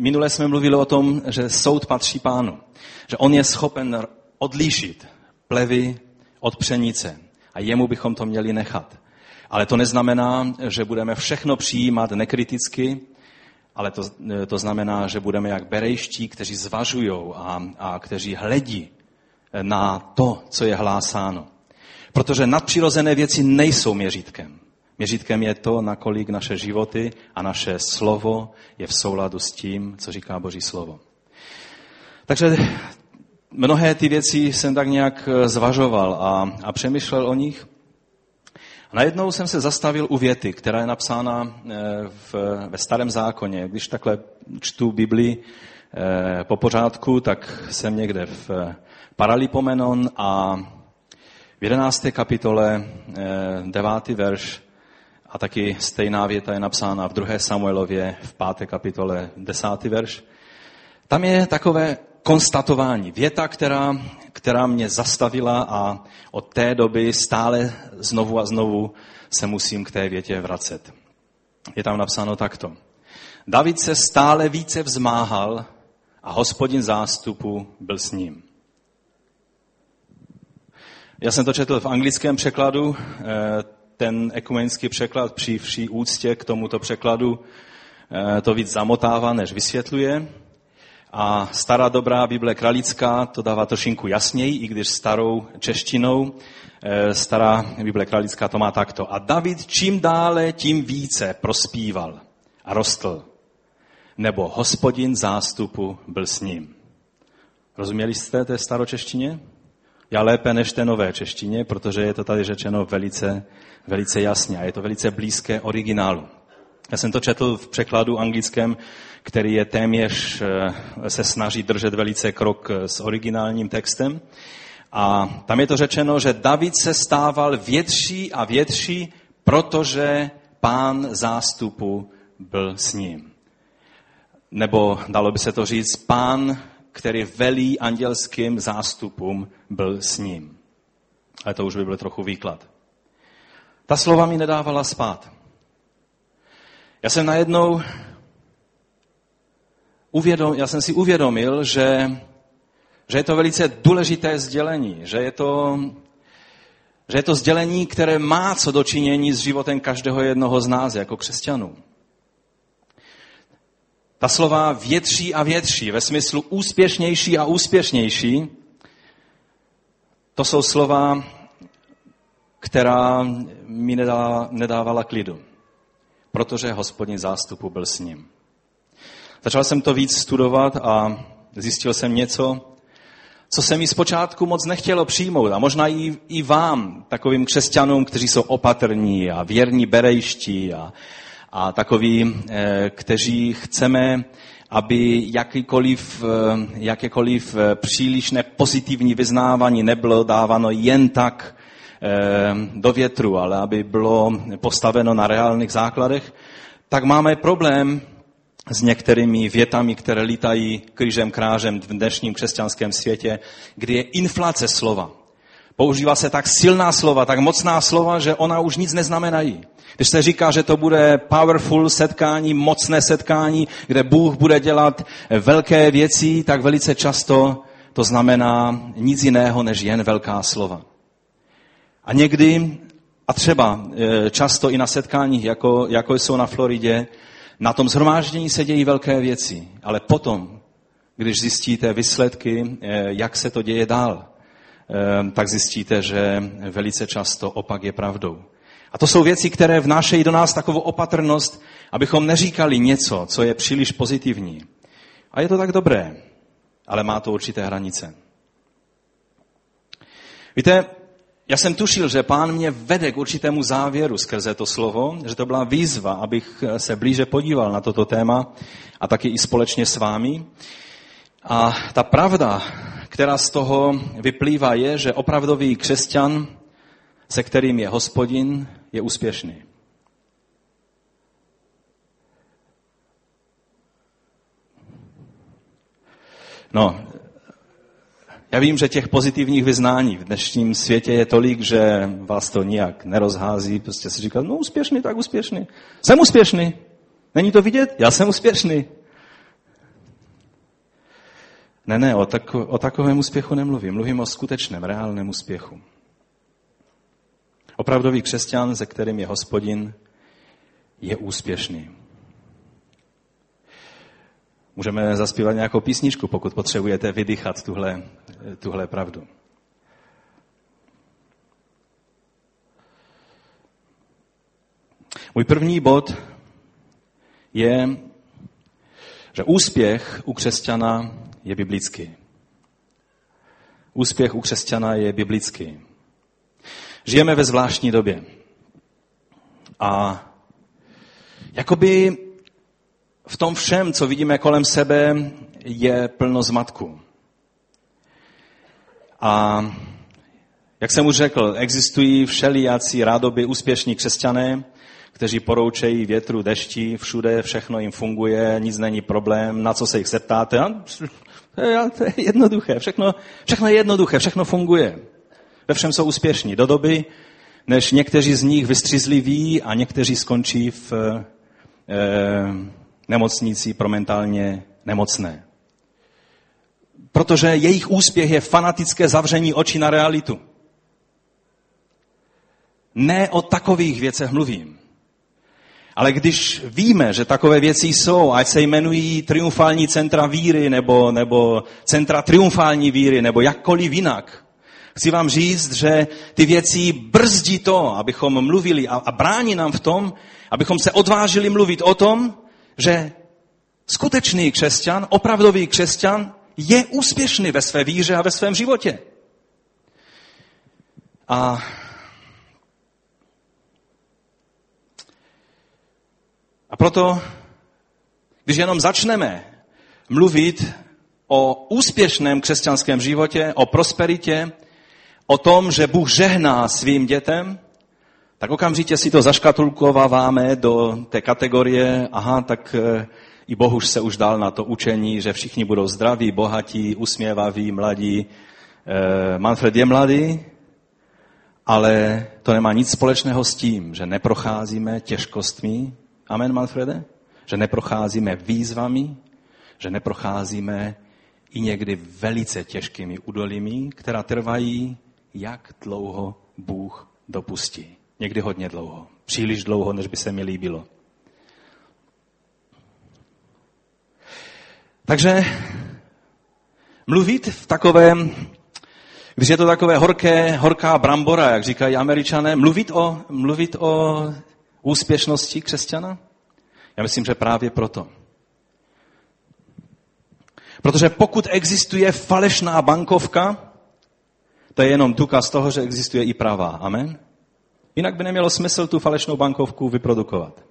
minule jsme mluvili o tom, že soud patří Pánu. Že on je schopen odlišit plevy od pšenice. A jemu bychom to měli nechat. Ale to neznamená, že budeme všechno přijímat nekriticky, ale to znamená, že budeme jak berejští, kteří zvažují a kteří hledí na to, co je hlásáno. Protože nadpřirozené věci nejsou měřítkem. Měřítkem je to, nakolik naše životy a naše slovo je v souladu s tím, co říká Boží slovo. Takže mnohé ty věci jsem tak nějak zvažoval a přemýšlel o nich. A najednou jsem se zastavil u věty, která je napsána ve Starém zákoně. Když takhle čtu Biblii po pořádku, tak jsem někde v Paralipomenon a v 11. kapitole 9. verš a taky stejná věta je napsána v 2. Samuelově v 5. kapitole 10. verš. Tam je takové konstatování, věta, která mě zastavila a od té doby stále znovu a znovu se musím k té větě vracet. Je tam napsáno takto. David se stále více vzmáhal a Hospodin zástupu byl s ním. Já jsem to četl v anglickém překladu, ten ekumenický překlad při vší úctě k tomuto překladu to víc zamotává, než vysvětluje. A stará dobrá Bible kralická to dává trošinku jasněji, i když starou češtinou, stará Bible kralická to má takto. A David čím dále, tím více prospíval a rostl, nebo Hospodin zástupu byl s ním. Rozuměli jste té staročeštině? Já lépe než té nové češtině, protože je to tady řečeno velice, velice jasně a je to velice blízké originálu. Já jsem to četl v překladu anglickém, který je téměř, se snaží držet velice krok s originálním textem. A tam je to řečeno, že David se stával větší a větší, protože Pán zástupu byl s ním. Nebo dalo by se to říct, Pán, který velí andělským zástupům, byl s ním. Ale to už by byl trochu výklad. Ta slova mi nedávala spát. Já jsem najednou si uvědomil, že je to velice důležité sdělení, že je to sdělení, které má co dočinění s životem každého jednoho z nás jako křesťanů. Ta slova větší a větší, ve smyslu úspěšnější a úspěšnější, to jsou slova, která mi nedávala klidu, protože Hospodin zástupu byl s ním. Začal jsem to víc studovat a zjistil jsem něco, co se mi zpočátku moc nechtělo přijmout. A možná i vám, takovým křesťanům, kteří jsou opatrní a věrní berejští a takoví, kteří chceme, aby jakékoliv přílišné pozitivní vyznávání nebylo dáváno jen tak do větru, ale aby bylo postaveno na reálných základech, tak máme problém s některými větami, které lítají křížem krážem v dnešním křesťanském světě, kdy je inflace slova. Používá se tak silná slova, tak mocná slova, že ona už nic neznamenají. Když se říká, že to bude powerful setkání, mocné setkání, kde Bůh bude dělat velké věci, tak velice často to znamená nic jiného, než jen velká slova. A někdy, a třeba často i na setkáních, jako jsou na Floridě, na tom shromáždění se dějí velké věci, ale potom, když zjistíte výsledky, jak se to děje dál, tak zjistíte, že velice často opak je pravdou. A to jsou věci, které vnášejí do nás takovou opatrnost, abychom neříkali něco, co je příliš pozitivní. A je to tak dobré, ale má to určité hranice. Víte, já jsem tušil, že Pán mě vede k určitému závěru skrze to slovo, že to byla výzva, abych se blíže podíval na toto téma a taky i společně s vámi. A ta pravda, která z toho vyplývá, je, že opravdový křesťan, se kterým je Hospodin, je úspěšný. No, já vím, že těch pozitivních vyznání v dnešním světě je tolik, že vás to nijak nerozhází. Prostě si říkat, no úspěšný, tak úspěšný. Jsem úspěšný. Není to vidět? Já jsem úspěšný. Ne, o takovém úspěchu nemluvím. Mluvím o skutečném, reálném úspěchu. Opravdový křesťan, se kterým je Hospodin, je úspěšný. Můžeme zaspívat nějakou písničku, pokud potřebujete vydýchat tuhle pravdu. Můj první bod je, že úspěch u křesťana je biblický. Úspěch u křesťana je biblický. Žijeme ve zvláštní době. A jakoby v tom všem, co vidíme kolem sebe, je plno zmatku. A jak jsem už řekl, existují všelijací rádoby úspěšní křesťané, kteří poroučejí větru, dešti, všude všechno jim funguje, nic není problém, na co se jich zeptáte. To je jednoduché, všechno je jednoduché, všechno funguje. Ve všem jsou úspěšní. Do doby, než někteří z nich vystřízliví a někteří skončí v nemocnici pro mentálně nemocné. Protože jejich úspěch je fanatické zavření očí na realitu. Ne o takových věcech mluvím. Ale když víme, že takové věci jsou, ať se jmenují triumfální centra víry, nebo centra triumfální víry, nebo jakkoliv jinak, chci vám říct, že ty věci brzdí to, abychom mluvili a brání nám v tom, abychom se odvážili mluvit o tom, že skutečný křesťan, opravdový křesťan je úspěšný ve své víře a ve svém životě. A proto, když jenom začneme mluvit o úspěšném křesťanském životě, o prosperitě, o tom, že Bůh žehná svým dětem, tak okamžitě si to zaškatulkováváme do té kategorie, tak i Boh už se už dal na to učení, že všichni budou zdraví, bohatí, usměvaví, mladí. Manfred je mladý, ale to nemá nic společného s tím, že neprocházíme těžkostmi. Amen, Manfrede? Že neprocházíme výzvami, že neprocházíme i někdy velice těžkými údolími, která trvají, jak dlouho Bůh dopustí. Někdy hodně dlouho. Příliš dlouho, než by se mi líbilo. Takže mluvit v takovém, když je to takové horká brambora, jak říkají Američané, mluvit o úspěšnosti křesťana? Já myslím, že právě proto. Protože pokud existuje falešná bankovka, to je jenom důkaz toho, že existuje i pravá. Amen? Jinak by nemělo smysl tu falešnou bankovku vyprodukovat.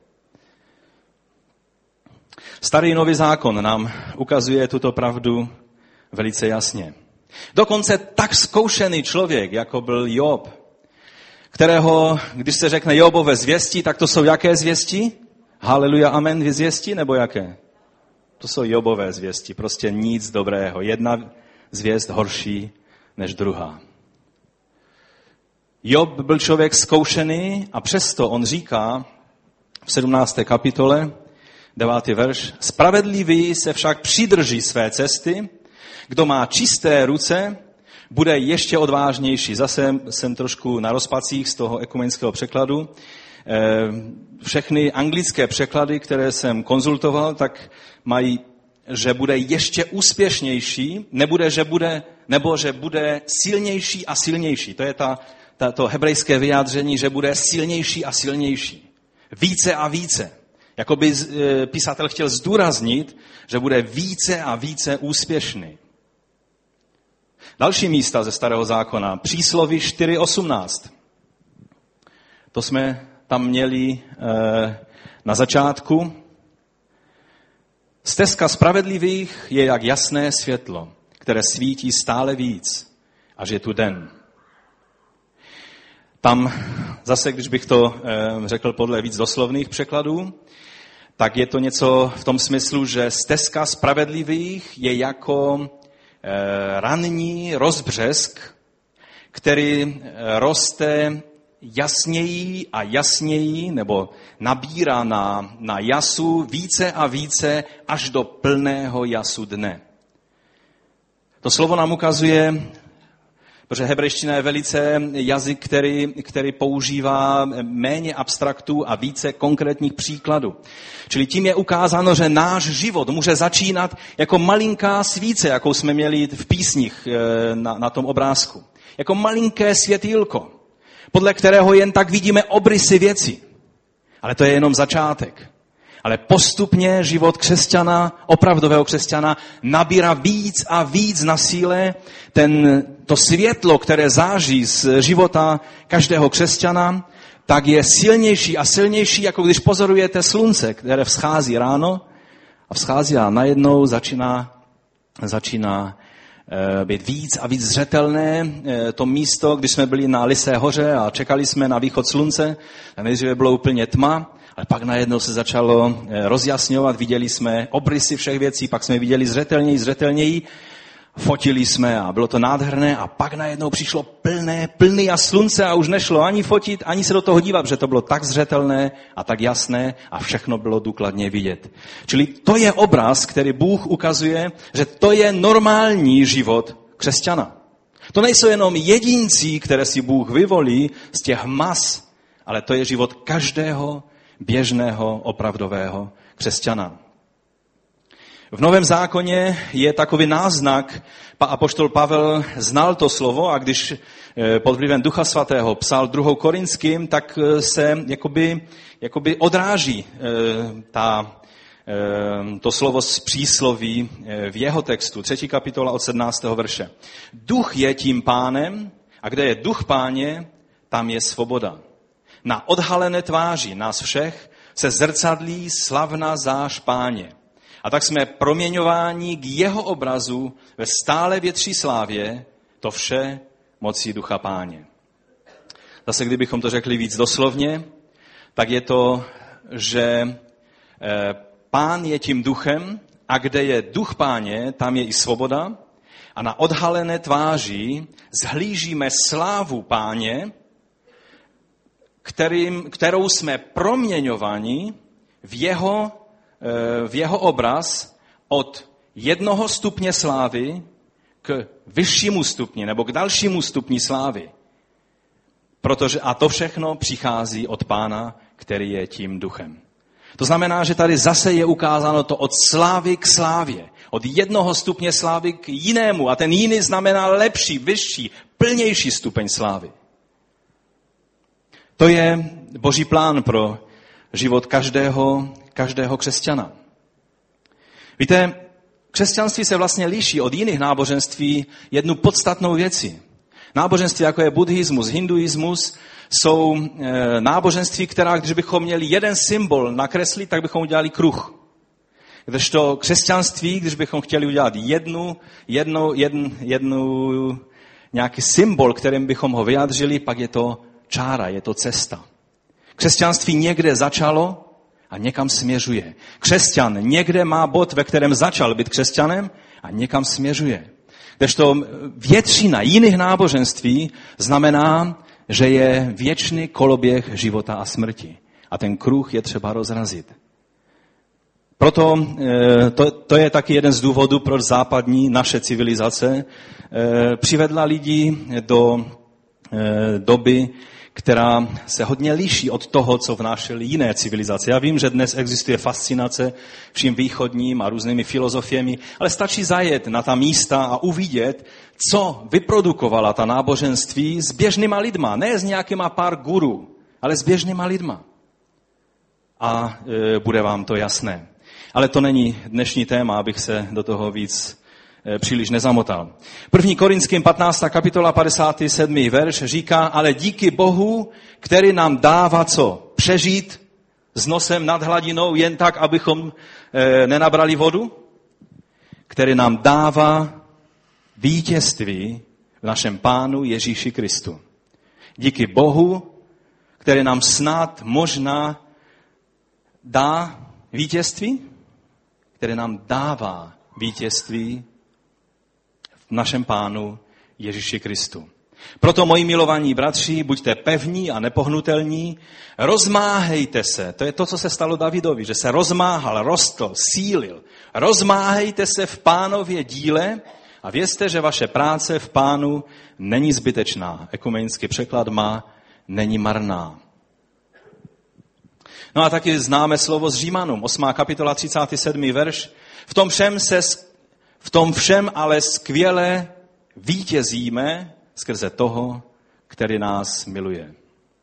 Starý nový zákon nám ukazuje tuto pravdu velice jasně. Dokonce tak zkoušený člověk, jako byl Job, kterého, když se řekne Jobové zvěsti, tak to jsou jaké zvěsti? Haleluja, amen, zvěsti, nebo jaké? To jsou Jobové zvěsti, prostě nic dobrého. Jedna zvěst horší než druhá. Job byl člověk zkoušený a přesto on říká v 17. kapitole, 9. verš, spravedlivý se však přidrží své cesty, kdo má čisté ruce, bude ještě odvážnější. Zase jsem trošku na rozpacích z toho ekumenického překladu. Všechny anglické překlady, které jsem konzultoval, tak mají, že bude ještě úspěšnější, nebo že bude silnější a silnější. To je to hebrejské vyjádření, že bude silnější a silnější. Více a více. Jakoby písatel chtěl zdůraznit, že bude více a více úspěšný. Další místa ze Starého zákona. Přísloví 4.18. To jsme tam měli na začátku. Stezka spravedlivých je jak jasné světlo, které svítí stále víc, až je tu den. Tam zase, když bych to řekl podle víc doslovných překladů, tak je to něco v tom smyslu, že stezka spravedlivých je jako ranní rozbřesk, který roste jasněji a jasněji, nebo nabírá na jasu více a více až do plného jasu dne. To slovo nám ukazuje, protože hebrejština je velice jazyk, který používá méně abstraktů a více konkrétních příkladů. Čili tím je ukázáno, že náš život může začínat jako malinká svíce, jakou jsme měli v písních na tom obrázku. Jako malinké světýlko, podle kterého jen tak vidíme obrysy věci. Ale to je jenom začátek. Ale postupně život křesťana, opravdového křesťana, nabírá víc a víc na síle. To světlo, které září z života každého křesťana, tak je silnější a silnější, jako když pozorujete slunce, které vzchází ráno a vzchází a najednou začíná být víc a víc zřetelné. To místo, když jsme byli na Lysé hoře a čekali jsme na východ slunce, nejdříve bylo úplně tma, ale pak najednou se začalo rozjasňovat, viděli jsme obrysy všech věcí, pak jsme viděli zřetelněji, fotili jsme a bylo to nádherné a pak najednou přišlo plný a slunce a už nešlo ani fotit, ani se do toho dívat, protože to bylo tak zřetelné a tak jasné a všechno bylo důkladně vidět. Čili to je obraz, který Bůh ukazuje, že to je normální život křesťana. To nejsou jenom jedinci, které si Bůh vyvolí z těch mas, ale to je život každého běžného, opravdového křesťana. V Novém zákoně je takový náznak, apoštol Pavel znal to slovo a když pod vlivem Ducha Svatého psal 2. Korinským, tak se jakoby odráží to slovo z přísloví v jeho textu, 3. kapitola od 17. verše. Duch je tím pánem a kde je duch páně, tam je svoboda. Na odhalené tváři nás všech se zrcadlí slavná zář páně. A tak jsme proměňováni k jeho obrazu ve stále větší slávě, to vše mocí ducha páně. Zase, kdybychom to řekli víc doslovně, tak je to, že pán je tím duchem a kde je duch páně, tam je i svoboda. A na odhalené tváři zhlížíme slávu páně, kterou jsme proměňováni v jeho obraz od 1 stupně slávy k vyššímu stupni nebo k dalšímu stupni slávy. A to všechno přichází od Pána, který je tím duchem. To znamená, že tady zase je ukázáno to od slávy k slávě. Od 1 stupně slávy k jinému. A ten jiný znamená lepší, vyšší, plnější stupeň slávy. To je Boží plán pro život každého křesťana. Víte, křesťanství se vlastně liší od jiných náboženství jednu podstatnou věcí. Náboženství, jako je buddhismus, hinduismus, jsou náboženství, která, když bychom měli jeden symbol nakreslit, tak bychom udělali kruh. Kdežto křesťanství, když bychom chtěli udělat jednu nějaký symbol, kterým bychom ho vyjádřili, pak je to čára, je to cesta. Křesťanství někde začalo a někam směřuje. Křesťan někde má bod, ve kterém začal být křesťanem a někam směřuje. Kdežto většina jiných náboženství znamená, že je věčný koloběh života a smrti. A ten kruh je třeba rozrazit. Proto to je taky jeden z důvodů, proč západní naše civilizace přivedla lidi do doby, která se hodně liší od toho, co vnášely jiné civilizace. Já vím, že dnes existuje fascinace vším východním a různými filozofiemi, ale stačí zajet na ta místa a uvidět, co vyprodukovala ta náboženství s běžnýma lidma. Ne s nějakýma pár guru, ale s běžnýma lidma. A bude vám to jasné. Ale to není dnešní téma, abych se do toho víc příliš nezamotal. 1. Korinským 15. kapitola 57. verš říká, ale díky Bohu, který nám dává co? Přežít s nosem nad hladinou jen tak, abychom nenabrali vodu? Který nám dává vítězství v našem Pánu Ježíši Kristu. Díky Bohu, který nám snad možná dá vítězství, který nám dává vítězství v našem Pánu Ježíši Kristu. Proto, moji milovaní bratři, buďte pevní a nepohnutelní, rozmáhejte se. To je to, co se stalo Davidovi, že se rozmáhal, rostl, sílil. Rozmáhejte se v Pánově díle A vězte, že vaše práce v Pánu není zbytečná. Ekumenický překlad má není marná. No a taky známe slovo z Římanům, 8. kapitola, 37. verš. V tom všem ale skvěle vítězíme skrze toho, který nás miluje.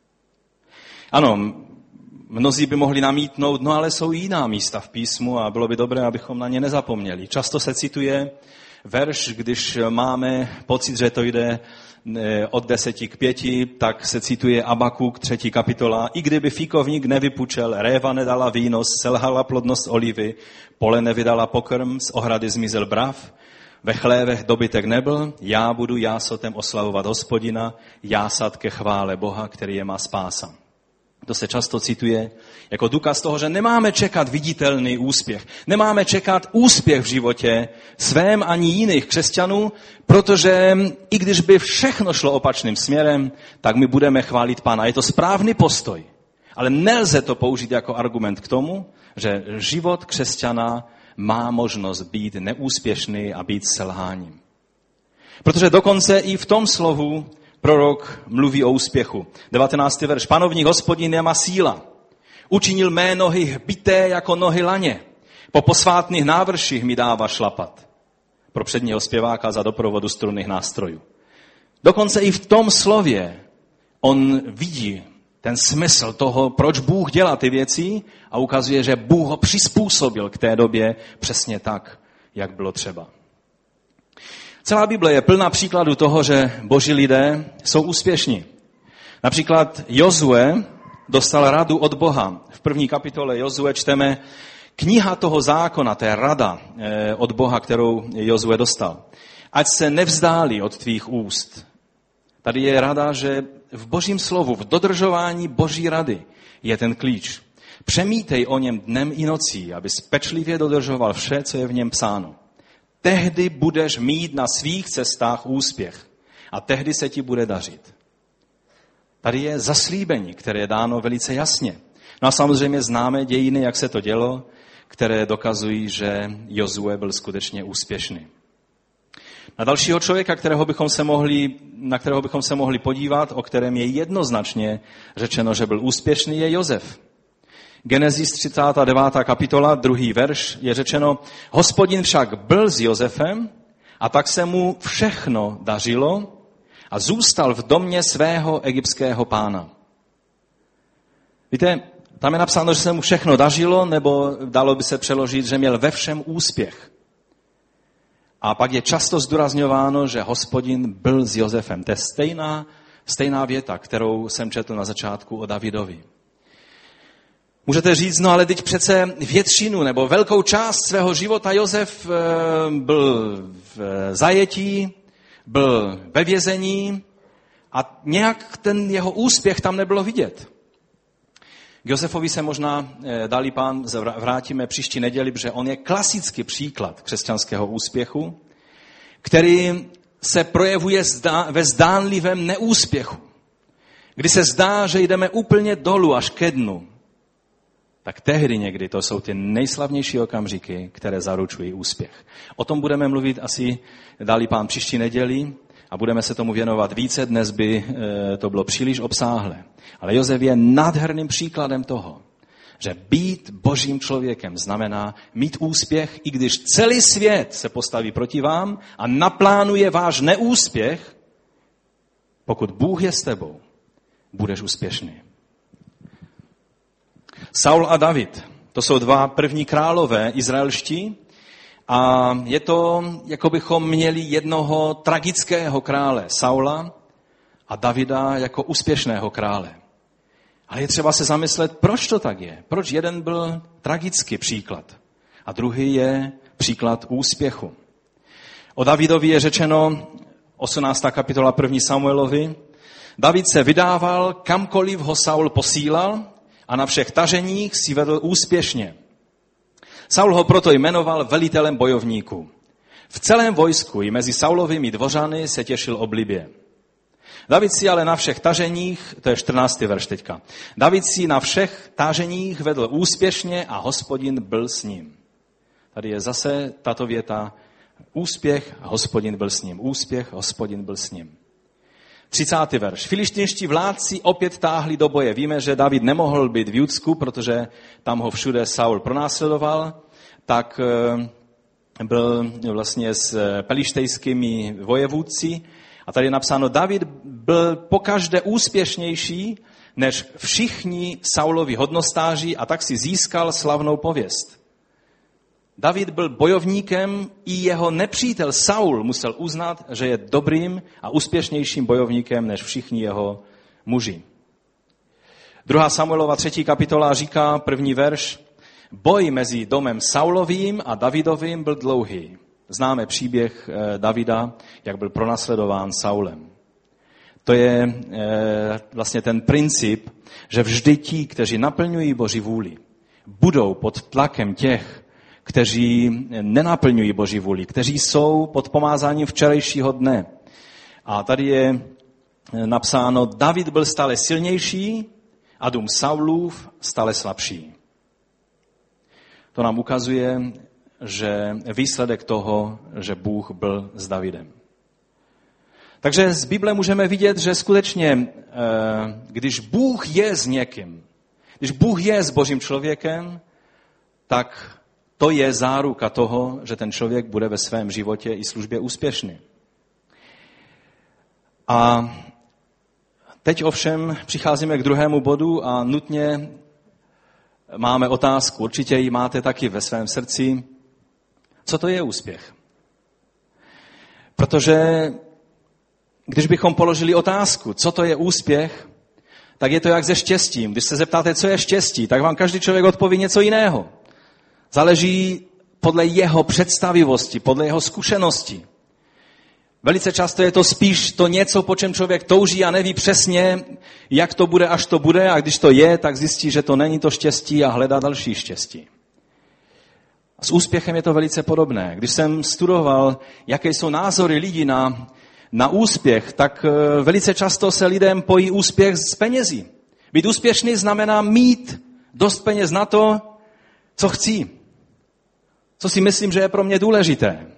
Ano, mnozí by mohli namítnout, no ale jsou jiná místa v písmu a bylo by dobré, abychom na ně nezapomněli. Často se cituje verš, když máme pocit, že to jde od 10 k 5, tak se cituje Abakuk 3. kapitola. I kdyby fíkovník nevypučel, réva nedala víno, selhala plodnost olivy, pole nevydala pokrm, z ohrady zmizel brav, ve chlévech dobytek nebyl, já budu jásotem oslavovat Hospodina, jásat ke chvále Boha, který je má spása. To se často cituje jako důkaz toho, že nemáme čekat viditelný úspěch. Nemáme čekat úspěch v životě svém ani jiných křesťanů, protože i když by všechno šlo opačným směrem, tak my budeme chválit Pána. Je to správný postoj, ale nelze to použít jako argument k tomu, že život křesťana má možnost být neúspěšný a být selháním. Protože dokonce i v tom slovu prorok mluví o úspěchu. 19. verš. Panovník Hospodin je má síla. Učinil mé nohy hbité jako nohy laně. Po posvátných návrších mi dává šlapat. Pro předního zpěváka za doprovodu strunných nástrojů. Dokonce i v tom slově on vidí ten smysl toho, proč Bůh dělá ty věci a ukazuje, že Bůh ho přizpůsobil k té době přesně tak, jak bylo třeba. Celá Bible je plná příkladů toho, že boží lidé jsou úspěšní. Například Jozue dostal radu od Boha. V 1. kapitole Jozue čteme kniha toho zákona, to je rada od Boha, kterou Jozue dostal. Ať se nevzdálí od tvých úst. Tady je rada, že v božím slovu, v dodržování boží rady je ten klíč. Přemítej o něm dnem i nocí, aby pečlivě dodržoval vše, co je v něm psáno. Tehdy budeš mít na svých cestách úspěch a tehdy se ti bude dařit. Tady je zaslíbení, které je dáno velice jasně. No a samozřejmě známe dějiny, jak se to dělo, které dokazují, že Jozue byl skutečně úspěšný. Na dalšího člověka, na kterého bychom se mohli podívat, o kterém je jednoznačně řečeno, že byl úspěšný, je Josef. Genesis 39. kapitola, 2. verš, je řečeno, Hospodin však byl s Josefem a tak se mu všechno dařilo a zůstal v domě svého egyptského pána. Víte, tam je napsáno, že se mu všechno dařilo, nebo dalo by se přeložit, že měl ve všem úspěch. A pak je často zdůrazňováno, že Hospodin byl s Josefem. To je stejná věta, kterou jsem četl na začátku o Davidovi. Můžete říct, no ale teď přece většinu nebo velkou část svého života Josef byl v zajetí, byl ve vězení a nějak ten jeho úspěch tam nebylo vidět. K Josefovi se možná, dali Pán, vrátíme příští neděli, protože on je klasický příklad křesťanského úspěchu, který se projevuje ve zdánlivém neúspěchu. Kdy se zdá, že jdeme úplně dolů až ke dnu, tak tehdy někdy to jsou ty nejslavnější okamžiky, které zaručují úspěch. O tom budeme mluvit asi, dali Pán, příští neděli a budeme se tomu věnovat více. Dnes by to bylo příliš obsáhlé. Ale Josef je nádherným příkladem toho, že být božím člověkem znamená mít úspěch, i když celý svět se postaví proti vám a naplánuje váš neúspěch, pokud Bůh je s tebou, budeš úspěšný. Saul a David, to jsou dva první králové izraelští a je to, jako bychom měli jednoho tragického krále Saula a Davida jako úspěšného krále. Ale je třeba se zamyslet, proč to tak je. Proč jeden byl tragický příklad a druhý je příklad úspěchu. O Davidovi je řečeno 18. kapitola 1. Samuelovi. David se vydával, kamkoliv ho Saul posílal a na všech taženích si vedl úspěšně. Saul ho proto jmenoval velitelem bojovníků. V celém vojsku i mezi Saulovými dvořany se těšil oblibě. David si ale na všech taženích, to je 14. verš teďka, David si na všech taženích vedl úspěšně a Hospodin byl s ním. Tady je zase tato věta, Úspěch, Hospodin byl s ním. Úspěch, Hospodin byl s ním. 30. verš. Filištinští vládci opět táhli do boje. Víme, že David nemohl být v Judsku, protože tam ho všude Saul pronásledoval, tak byl vlastně s pelištejskými vojevůdci. A tady je napsáno, David byl pokaždé úspěšnější než všichni Saulovi hodnostáři a tak si získal slavnou pověst. David byl bojovníkem, i jeho nepřítel Saul musel uznat, že je dobrým a úspěšnějším bojovníkem než všichni jeho muži. 2. Samuelova 3. kapitola říká, 1. verš, boj mezi domem Saulovým a Davidovým byl dlouhý. Známe příběh Davida, jak byl pronásledován Saulem. To je vlastně ten princip, že vždy ti, kteří naplňují Boží vůli, budou pod tlakem těch, kteří nenaplňují Boží vůli, kteří jsou pod pomázáním včerejšího dne. A tady je napsáno, David byl stále silnější a dům Saulův stále slabší. To nám ukazuje, že výsledek toho, že Bůh byl s Davidem. Takže z Bible můžeme vidět, že skutečně, když Bůh je s někým, když Bůh je s Božím člověkem, tak to je záruka toho, že ten člověk bude ve svém životě i službě úspěšný. A teď ovšem přicházíme k druhému bodu a nutně máme otázku, určitě ji máte taky ve svém srdci, co to je úspěch. Protože když bychom položili otázku, co to je úspěch, tak je to jak se štěstím. Když se zeptáte, co je štěstí, tak vám každý člověk odpoví něco jiného. Záleží podle jeho představivosti, podle jeho zkušenosti. Velice často je to spíš to něco, po čem člověk touží a neví přesně, jak to bude, až to bude, a když to je, tak zjistí, že to není to štěstí a hledá další štěstí. A s úspěchem je to velice podobné. Když jsem studoval, jaké jsou názory lidí na úspěch, tak velice často se lidem pojí úspěch s penězi. Být úspěšný znamená mít dost peněz na to, co chci. Co si myslím, že je pro mě důležité.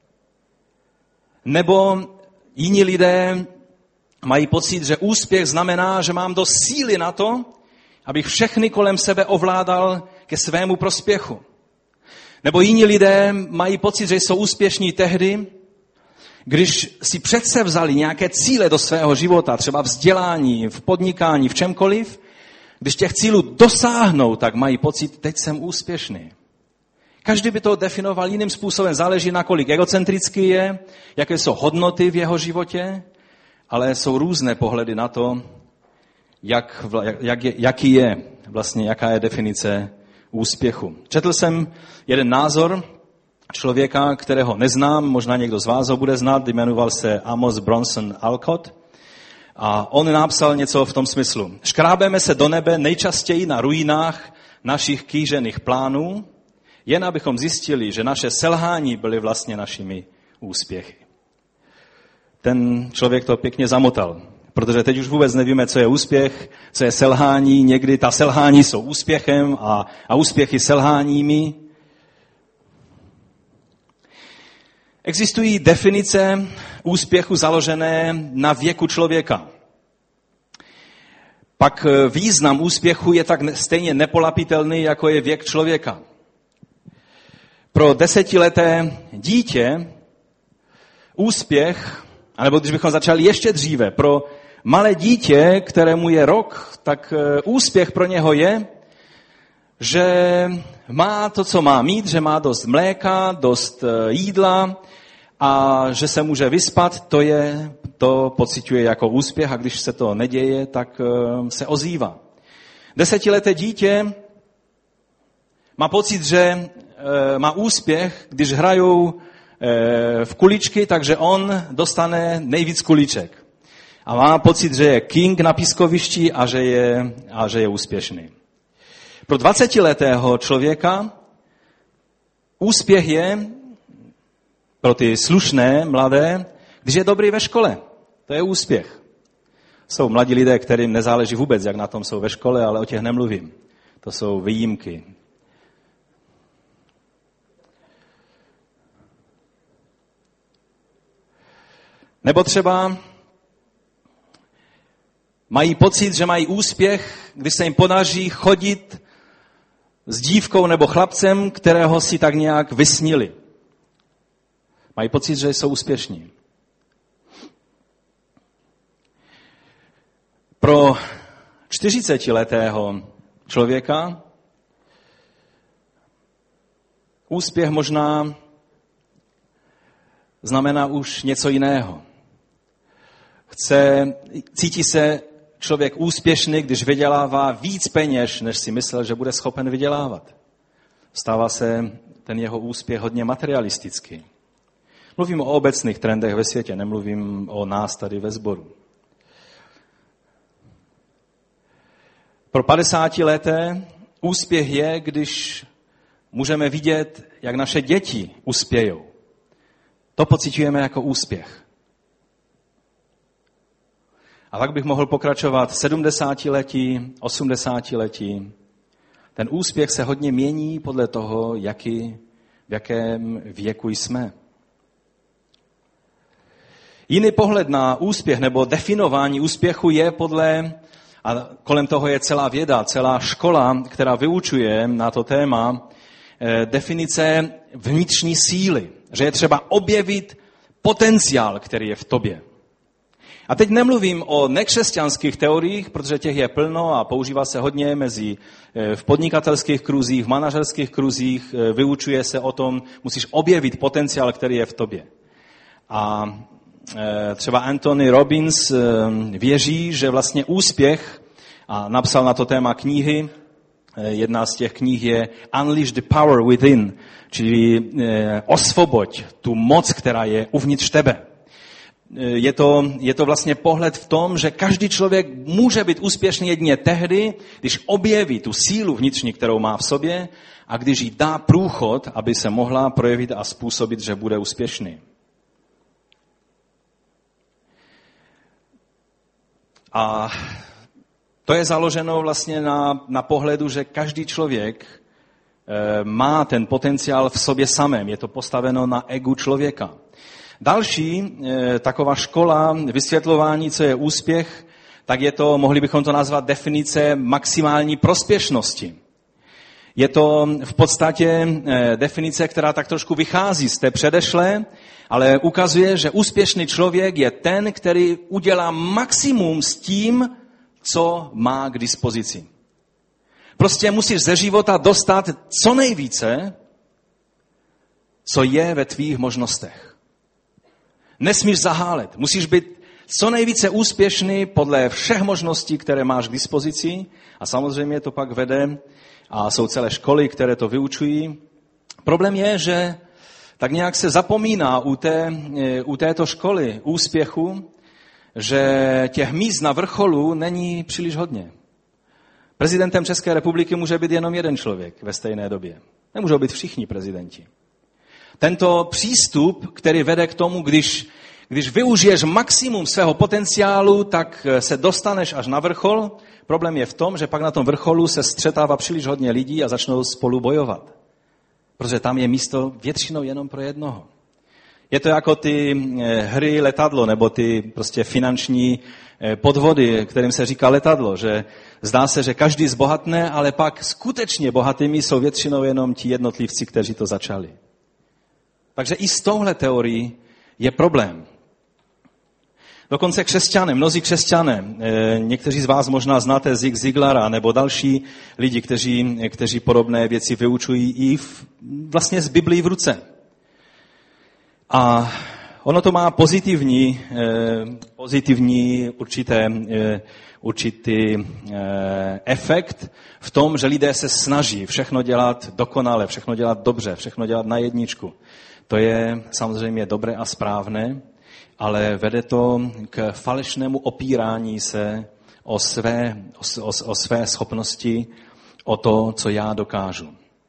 Nebo jiní lidé mají pocit, že úspěch znamená, že mám dost síly na to, abych všechny kolem sebe ovládal ke svému prospěchu. Nebo jiní lidé mají pocit, že jsou úspěšní tehdy, když si přece vzali nějaké cíle do svého života, třeba vzdělání, v podnikání, v čemkoliv, když těch cílů dosáhnou, tak mají pocit, teď jsem úspěšný. Každý by to definoval jiným způsobem, záleží na kolik egocentrický je, jaké jsou hodnoty v jeho životě, ale jsou různé pohledy na to, jaký je vlastně, jaká je definice úspěchu. Četl jsem jeden názor člověka, kterého neznám, možná někdo z vás ho bude znát, jmenoval se Amos Bronson Alcott. A on napsal něco v tom smyslu. Škrábeme se do nebe nejčastěji na ruinách našich kýžených plánů, jen abychom zjistili, že naše selhání byly vlastně našimi úspěchy. Ten člověk to pěkně zamotal, protože teď už vůbec nevíme, co je úspěch, co je selhání. Někdy ta selhání jsou úspěchem a úspěchy selháními. Existují definice úspěchu založené na věku člověka. Pak význam úspěchu je tak stejně nepolapitelný, jako je věk člověka. Pro 10leté dítě úspěch, anebo když bychom začali ještě dříve, pro malé dítě, kterému je rok, tak úspěch pro něho je, že má to, co má mít, že má dost mléka, dost jídla a že se může vyspat, to pociťuje jako úspěch a když se to neděje, tak se ozývá. 10leté dítě má pocit, že má úspěch, když hrajou v kuličky, takže on dostane nejvíc kuliček. A má pocit, že je king na pískovišti a že je úspěšný. Pro 20letého člověka úspěch je pro ty slušné, mladé, když je dobrý ve škole. To je úspěch. Jsou mladí lidé, kterým nezáleží vůbec, jak na tom jsou ve škole, ale o těch nemluvím. To jsou výjimky. Nebo třeba mají pocit, že mají úspěch, když se jim podaří chodit s dívkou nebo chlapcem, kterého si tak nějak vysnili. Mají pocit, že jsou úspěšní. Pro 40letého člověka úspěch možná znamená už něco jiného. Cítí se člověk úspěšný, když vydělává víc peněz, než si myslel, že bude schopen vydělávat. Stává se ten jeho úspěch hodně materialistický. Mluvím o obecných trendech ve světě, nemluvím o nás tady ve sboru. Pro 50leté úspěch je, když můžeme vidět, jak naše děti uspějou. To pociťujeme jako úspěch. A tak bych mohl pokračovat 70letí, 80letí. Ten úspěch se hodně mění podle toho, v jakém věku jsme. Jiný pohled na úspěch nebo definování úspěchu je a kolem toho je celá věda, celá škola, která vyučuje na to téma, definice vnitřní síly, že je třeba objevit potenciál, který je v tobě. A teď nemluvím o nekřesťanských teoriích, protože těch je plno a používá se hodně v podnikatelských kruzích, v manažerských kruzích, vyučuje se o tom, musíš objevit potenciál, který je v tobě. A třeba Anthony Robbins věří, že vlastně úspěch, a napsal na to téma knihy, jedna z těch knih je Unleash the Power Within, čili osvoboď tu moc, která je uvnitř tebe. Je to vlastně pohled v tom, že každý člověk může být úspěšný jedině tehdy, když objeví tu sílu vnitřní, kterou má v sobě, a když jí dá průchod, aby se mohla projevit a způsobit, že bude úspěšný. A to je založeno vlastně na pohledu, že každý člověk má ten potenciál v sobě samém. Je to postaveno na egu člověka. Další taková škola vysvětlování, co je úspěch, tak mohli bychom to nazvat definice maximální prospěšnosti. Je to v podstatě definice, která tak trošku vychází z té předešlé, ale ukazuje, že úspěšný člověk je ten, který udělá maximum s tím, co má k dispozici. Prostě musíš ze života dostat co nejvíce, co je ve tvých možnostech. Nesmíš zahálet. Musíš být co nejvíce úspěšný podle všech možností, které máš k dispozici. A samozřejmě to pak vede, a jsou celé školy, které to vyučují. Problém je, že tak nějak se zapomíná u této školy úspěchu, že těch míst na vrcholu není příliš hodně. Prezidentem České republiky může být jenom jeden člověk ve stejné době. Nemůžou být všichni prezidenti. Tento přístup, který vede k tomu, když využiješ maximum svého potenciálu, tak se dostaneš až na vrchol. Problém je v tom, že pak na tom vrcholu se střetává příliš hodně lidí a začnou spolu bojovat. Protože tam je místo většinou jenom pro jednoho. Je to jako ty hry letadlo, nebo ty prostě finanční podvody, kterým se říká letadlo, že zdá se, že každý zbohatne, ale pak skutečně bohatými jsou většinou jenom ti jednotlivci, kteří to začali. Takže i s touhle teorií je problém. Dokonce mnozí křesťané, někteří z vás možná znáte Zig Ziglara nebo další lidi, kteří podobné věci vyučují i vlastně z Biblii v ruce. A ono to má pozitivní určitý efekt v tom, že lidé se snaží všechno dělat dokonale, všechno dělat dobře, všechno dělat na jedničku. To je samozřejmě dobré a správné, ale vede to k falešnému opírání se o své schopnosti, o to, co já dokážu.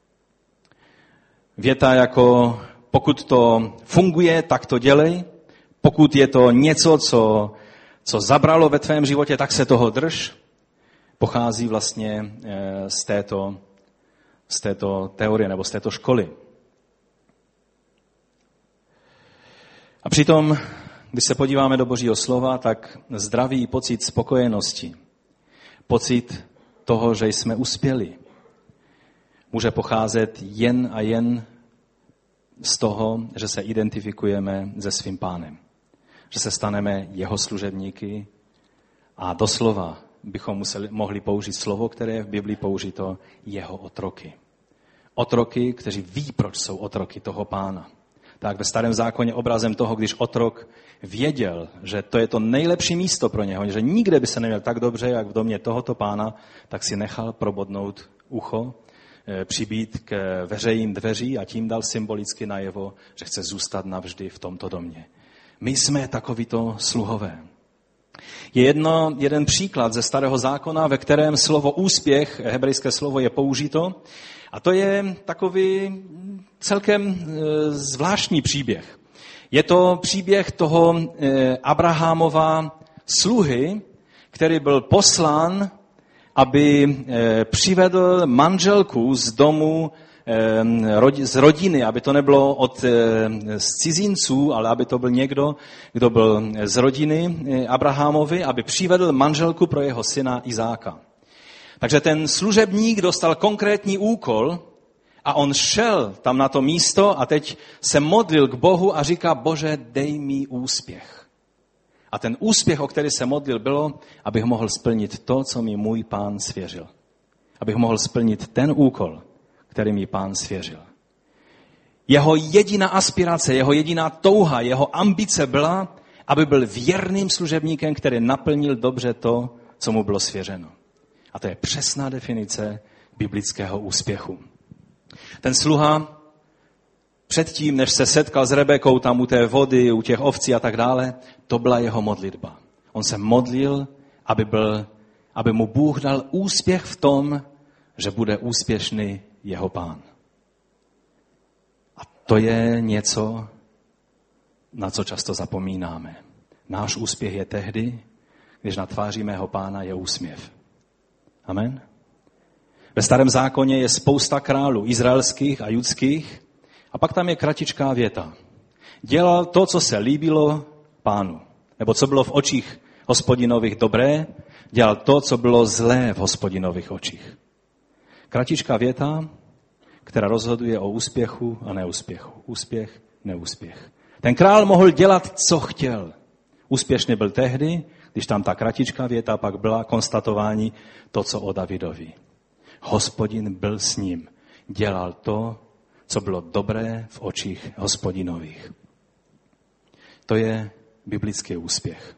Věta jako pokud to funguje, tak to dělej. Pokud je to něco, co zabralo ve tvém životě, tak se toho drž. Pochází vlastně z této teorie nebo z této školy. A přitom, Když se podíváme do Božího slova, tak zdravý pocit spokojenosti, pocit toho, že jsme uspěli, může pocházet jen a jen z toho, že se identifikujeme se svým Pánem. Že se staneme jeho služebníky a doslova bychom mohli použít slovo, které je v Biblii použito, jeho otroky. Otroky, kteří ví, proč jsou otroky toho Pána. Tak ve Starém zákoně obrazem toho, když otrok věděl, že to je to nejlepší místo pro něho, že nikde by se neměl tak dobře, jak v domě tohoto Pána, tak si nechal probodnout ucho, přibít k veřejím dveří a tím dal symbolicky najevo, že chce zůstat navždy v tomto domě. My jsme takovýto sluhové. Je jeden příklad ze Starého zákona, ve kterém slovo úspěch, hebrejské slovo, je použito. A to je takový celkem zvláštní příběh. Je to příběh toho Abrahamova sluhy, který byl poslán, aby přivedl manželku z domu, z rodiny, aby to nebylo z cizinců, ale aby to byl někdo, kdo byl z rodiny Abrahamovi, aby přivedl manželku pro jeho syna Izáka. Takže ten služebník dostal konkrétní úkol a on šel tam na to místo a teď se modlil k Bohu a říká, Bože, dej mi úspěch. A ten úspěch, o který se modlil, bylo, abych mohl splnit to, co mi můj Pán svěřil. Abych mohl splnit ten úkol, který mi Pán svěřil. Jeho jediná aspirace, jeho jediná touha, jeho ambice byla, aby byl věrným služebníkem, který naplnil dobře to, co mu bylo svěřeno. A to je přesná definice biblického úspěchu. Ten sluha předtím, než se setkal s Rebekou tam u té vody, u těch ovcí a tak dále, to byla jeho modlitba. On se modlil, aby mu Bůh dal úspěch v tom, že bude úspěšný jeho Pán. A to je něco, na co často zapomínáme. Náš úspěch je tehdy, když na tváři mého Pána je úsměv. Amen. Ve Starém zákoně je spousta králů, izraelských a judských, a pak tam je kratičká věta. Dělal to, co se líbilo Pánu, nebo co bylo v očích Hospodinových dobré, dělal to, co bylo zlé v Hospodinových očích. Kratičká věta, která rozhoduje o úspěchu a neúspěchu. Úspěch, neúspěch. Ten král mohl dělat, co chtěl. Úspěšný byl tehdy, když tam ta kratičká věta pak byla konstatování to, co o Davidovi. Hospodin byl s ním. Dělal to, co bylo dobré v očích Hospodinových. To je biblický úspěch.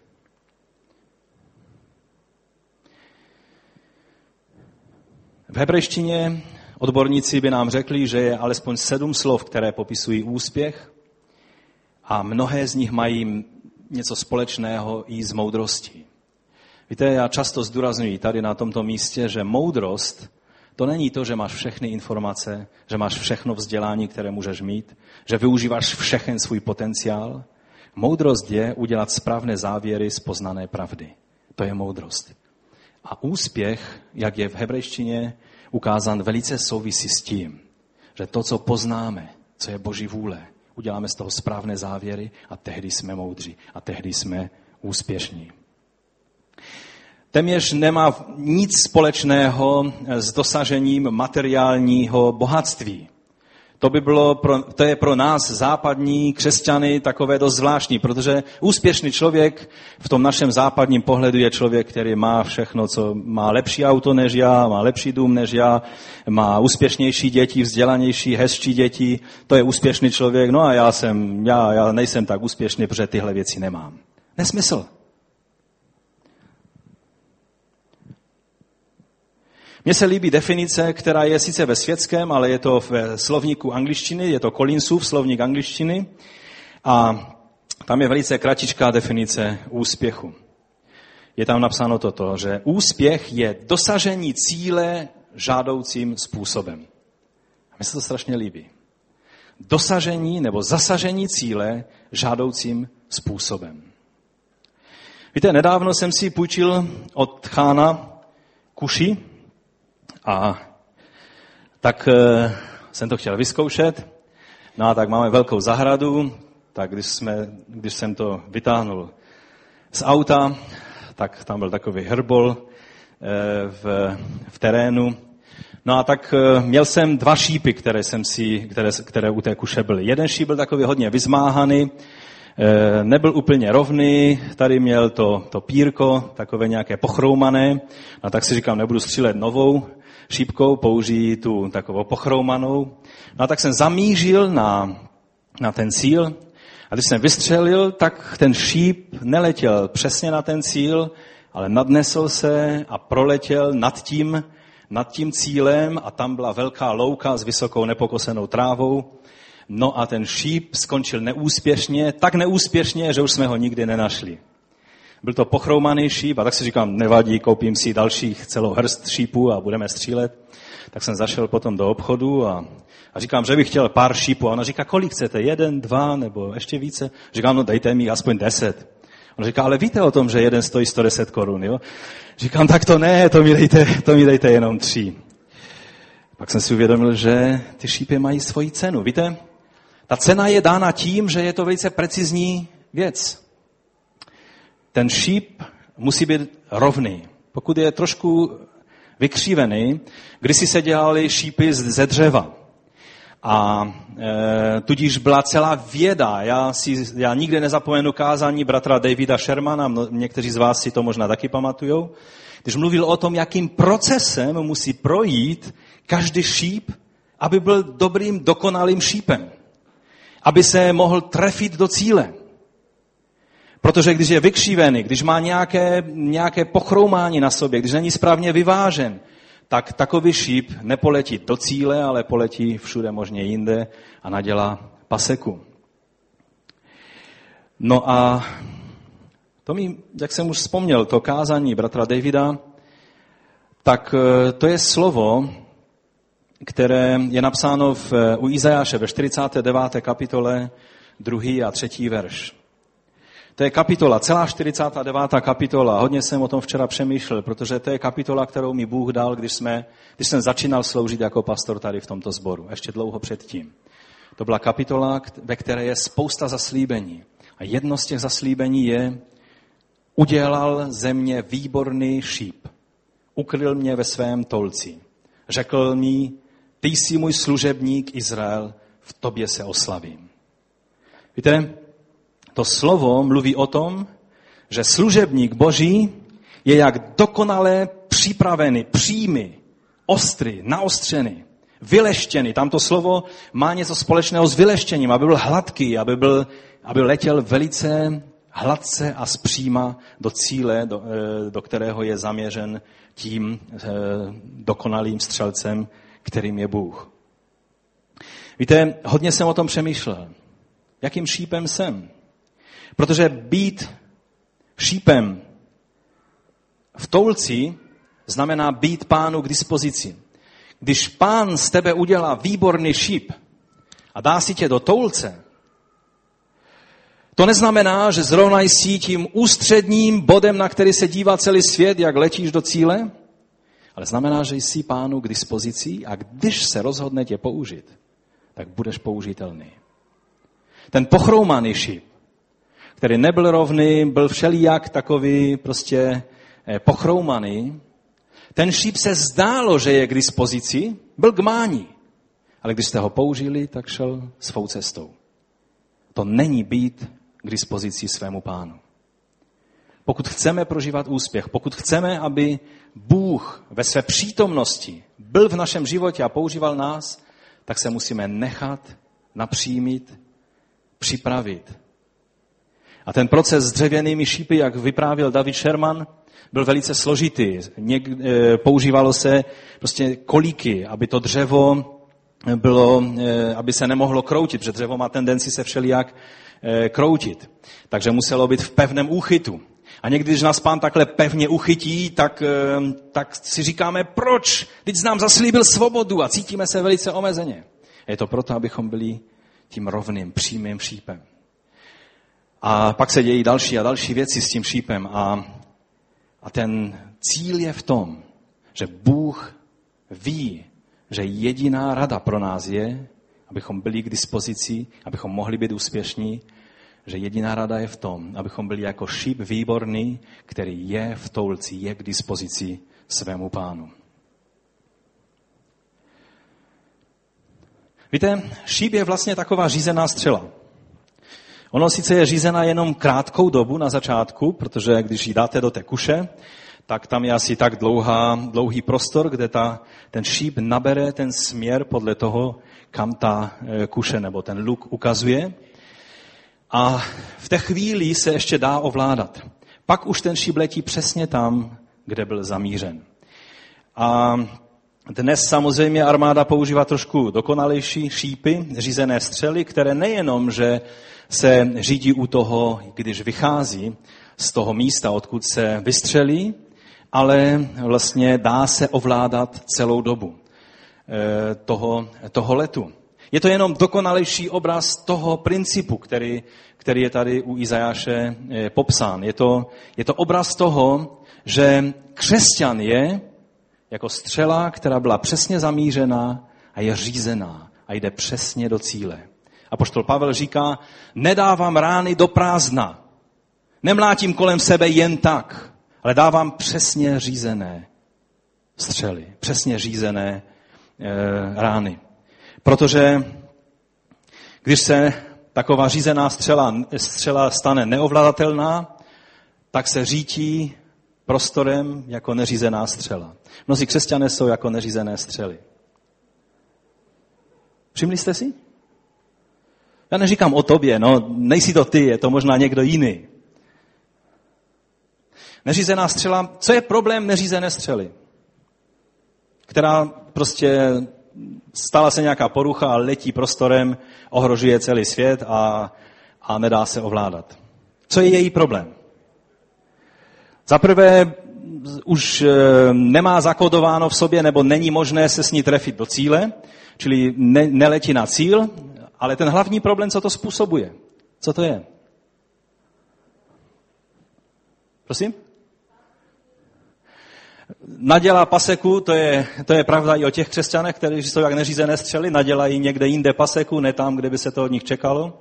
V hebrejštině odborníci by nám řekli, že je alespoň 7 slov, které popisují úspěch a mnohé z nich mají něco společného i s moudrostí. Víte, já často zdůrazňuji tady na tomto místě, že moudrost to není to, že máš všechny informace, že máš všechno vzdělání, které můžeš mít, že využíváš všechen svůj potenciál. Moudrost je udělat správné závěry z poznané pravdy. To je moudrost. A úspěch, jak je v hebrejštině ukázán, velice souvisí s tím, že to, co poznáme, co je Boží vůle, uděláme z toho správné závěry a tehdy jsme moudří a tehdy jsme úspěšní. Téměř nemá nic společného s dosažením materiálního bohatství. To je pro nás západní křesťany takové dost zvláštní, protože úspěšný člověk v tom našem západním pohledu je člověk, který má všechno, co má lepší auto než já, má lepší dům než já, má úspěšnější děti, vzdělanější, hezčí děti. To je úspěšný člověk. No a já nejsem tak úspěšný, protože tyhle věci nemám. Nesmysl. Mně se líbí definice, která je sice ve světském, ale je to v slovníku angličtiny, je to Collinsův slovník angličtiny a tam je velice kratičká definice úspěchu. Je tam napsáno toto, že úspěch je dosažení cíle žádoucím způsobem. A mně se to strašně líbí. Dosažení nebo zasažení cíle žádoucím způsobem. Víte, nedávno jsem si půjčil od Chána kuši, a tak jsem to chtěl vyzkoušet. No a tak máme velkou zahradu, tak když jsem to vytáhnul z auta, tak tam byl takový hrbol v terénu. No a tak měl jsem 2 šípy, které u té kuše byly. Jeden šíp byl takový hodně vyzmáhaný, nebyl úplně rovný, tady měl to pírko, takové nějaké pochroumané, a tak si říkám, nebudu střílet novou šípkou, použiji tu takovou pochroumanou. No a tak jsem zamířil na ten cíl, a když jsem vystřelil, tak ten šíp neletěl přesně na ten cíl, ale nadnesl se a proletěl nad tím cílem a tam byla velká louka s vysokou nepokosenou trávou. No a ten šíp skončil neúspěšně, tak neúspěšně, že už jsme ho nikdy nenašli. Byl to pochroumaný šíp a tak si říkám, nevadí, koupím si dalších celou hrst šípů a budeme střílet. Tak jsem zašel potom do obchodu a říkám, že bych chtěl pár šípů. A ona říká, kolik chcete? 1, 2 nebo ještě více? Říkám, no dejte mi aspoň 10. On říká, ale víte o tom, že jeden stojí 110 korun, jo? Říkám, tak to ne, to mi dejte jenom 3. Pak jsem si uvědomil, že ty šípy mají svoji cenu. Víte, ta cena je dána tím, že je to velice precizní věc. Ten šíp musí být rovný. Pokud je trošku vykřívený, kdysi se dělaly šípy ze dřeva. A tudíž byla celá věda. Já nikdy nezapomenu kázání bratra Davida Shermana, někteří z vás si to možná taky pamatujou, když mluvil o tom, jakým procesem musí projít každý šíp, aby byl dobrým, dokonalým šípem. Aby se mohl trefit do cíle. Protože když je vykřívený, když má nějaké pochroumání na sobě, když není správně vyvážen, tak takový šíp nepoletí do cíle, ale poletí všude možně jinde a nadělá paseku. No a to mi, jak jsem už vzpomněl, to kázání bratra Davida, tak to je slovo, které je napsáno u Izajáše ve 49. kapitole 2. a 3. verš. To je kapitola, celá 49. kapitola. Hodně jsem o tom včera přemýšlel, protože to je kapitola, kterou mi Bůh dal, když jsem začínal sloužit jako pastor tady v tomto sboru. Ještě dlouho předtím. To byla kapitola, ve které je spousta zaslíbení. A jedno z těch zaslíbení je, udělal ze mě výborný šíp. Ukryl mě ve svém tolci. Řekl mi, ty jsi můj služebník Izrael, v tobě se oslavím. Víte, to slovo mluví o tom, že služebník Boží je jak dokonale připravený, přímý, ostrý, naostřený, vyleštěný. Tamto slovo má něco společného s vyleštěním, aby byl hladký, aby letěl velice hladce a zpříma do cíle, do kterého je zaměřen tím dokonalým střelcem, kterým je Bůh. Víte, hodně jsem o tom přemýšlel. Jakým šípem jsem? Protože být šípem v toulci znamená být Pánu k dispozici. Když Pán z tebe udělá výborný šíp a dá si tě do toulce, to neznamená, že zrovna jsi tím ústředním bodem, na který se dívá celý svět, jak letíš do cíle, ale znamená, že jsi Pánu k dispozici a když se rozhodne tě použít, tak budeš použitelný. Ten pochroumaný šíp, který nebyl rovný, byl všelijak takový prostě pochroumaný, ten šíp se zdálo, že je k dispozici, byl k mání. Ale když jste ho použili, tak šel svou cestou. To není být k dispozici svému Pánu. Pokud chceme prožívat úspěch, pokud chceme, aby Bůh ve své přítomnosti byl v našem životě a používal nás, tak se musíme nechat napřímit, připravit. A ten proces s dřevěnými šípy, jak vyprávěl David Sherman, byl velice složitý. Používalo se prostě kolíky, aby to dřevo bylo, aby se nemohlo kroutit, protože dřevo má tendenci se všelijak kroutit. Takže muselo být v pevném úchytu. A někdy, když nás Pán takhle pevně uchytí, tak si říkáme, proč? Teď nám zaslíbil svobodu a cítíme se velice omezeně. Je to proto, abychom byli tím rovným, přímým šípem. A pak se dějí další a další věci s tím šípem. A ten cíl je v tom, že Bůh ví, že jediná rada pro nás je, abychom byli k dispozici, abychom mohli být úspěšní, že jediná rada je v tom, abychom byli jako šíp výborný, který je v toulci, je k dispozici svému pánu. Víte, šíp je vlastně taková řízená střela. Ono sice je řízená jenom krátkou dobu na začátku, protože když ji dáte do té kuše, tak tam je asi tak dlouhý prostor, kde ten šíp nabere ten směr podle toho, kam ta kuše nebo ten luk ukazuje. A v té chvíli se ještě dá ovládat. Pak už ten šíp letí přesně tam, kde byl zamířen. A dnes samozřejmě armáda používá trošku dokonalejší šípy, řízené střely, které nejenom, že se řídí u toho, když vychází z toho místa, odkud se vystřelí, ale vlastně dá se ovládat celou dobu toho letu. Je to jenom dokonalejší obraz toho principu, který je tady u Izajáše popsán. Je to obraz toho, že křesťan je jako střela, která byla přesně zamířená a je řízená a jde přesně do cíle. Apoštol Pavel říká, nedávám rány do prázdna, nemlátím kolem sebe jen tak, ale dávám přesně řízené střely, přesně řízené rány. Protože když se taková řízená střela stane neovladatelná, tak se řítí prostorem jako neřízená střela. Mnozí křesťané jsou jako neřízené střely. Všimli jste si? Já neříkám o tobě, nejsi to ty, je to možná někdo jiný. Neřízená střela, co je problém neřízené střely? Která prostě stala se nějaká porucha a letí prostorem, ohrožuje celý svět a nedá se ovládat. Co je její problém? Za prvé už nemá zakódováno v sobě, nebo není možné se s ní trefit do cíle, čili neletí na cíl, ale ten hlavní problém, co to způsobuje? Co to je? Prosím? Nadělá paseku, to je pravda i o těch křesťanech, kteří jsou jak neřízené střely, nadělají někde jinde paseku, ne tam, kde by se to od nich čekalo.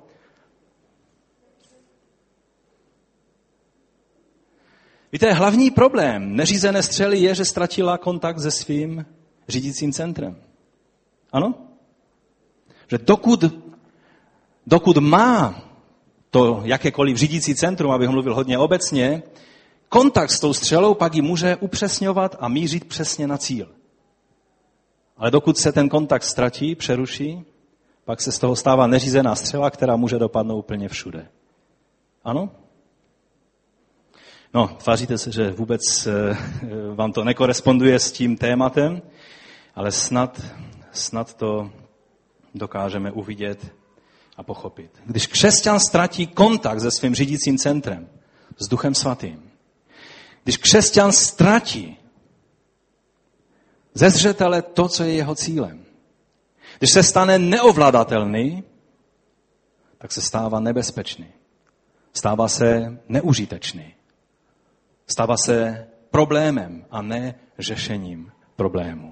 Víte, hlavní problém neřízené střely je, že ztratila kontakt se svým řídícím centrem. Ano? Že dokud má to jakékoliv řídící centrum, abych mluvil hodně obecně, kontakt s tou střelou pak ji může upřesňovat a mířit přesně na cíl. Ale dokud se ten kontakt ztratí, přeruší, pak se z toho stává neřízená střela, která může dopadnout úplně všude. Ano? Tváříte se, že vůbec vám to nekoresponduje s tím tématem, ale snad to dokážeme uvidět a pochopit. Když křesťan ztratí kontakt se svým řídícím centrem, s Duchem Svatým, když křesťan ztratí ze zřetele to, co je jeho cílem, když se stane neovladatelný, tak se stává nebezpečný. Stává se neužitečný. Stává se problémem a ne řešením problému.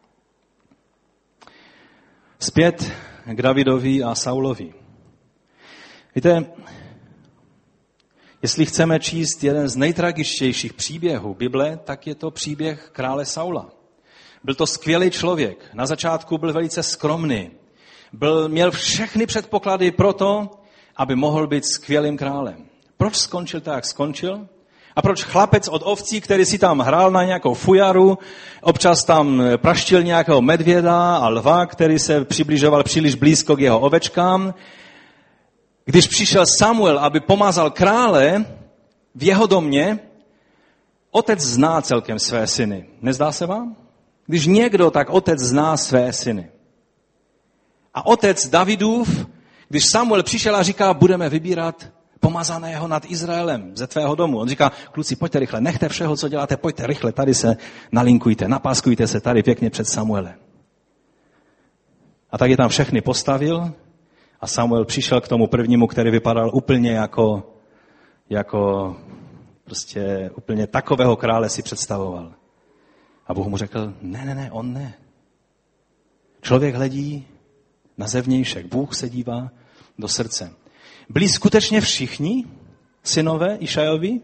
Zpět k Davidovi a Saulovi. Víte, jestli chceme číst jeden z nejtragičtějších příběhů Bible, tak je to příběh krále Saula. Byl to skvělý člověk. Na začátku byl velice skromný. Měl všechny předpoklady pro to, aby mohl být skvělým králem. Proč skončil tak, jak skončil? A proč chlapec od ovcí, který si tam hrál na nějakou fujaru, občas tam praštil nějakého medvěda a lva, který se přibližoval příliš blízko k jeho ovečkám, když přišel Samuel, aby pomazal krále v jeho domě, otec zná celkem své syny. Nezdá se vám? Když někdo, tak otec zná své syny. A otec Davidův, když Samuel přišel a říká, budeme vybírat pomazaného nad Izraelem ze tvého domu. On říká, kluci, pojďte rychle, nechte všeho, co děláte, pojďte rychle, tady se nalinkujte, napáskujte se tady pěkně před Samuelem. A tak je tam všechny postavil a Samuel přišel k tomu prvnímu, který vypadal úplně jako prostě úplně takového krále si představoval. A Bůh mu řekl, ne, on ne. Člověk hledí na zevnějšek, Bůh se dívá do srdce. byli skutečně všichni synové Išajovi?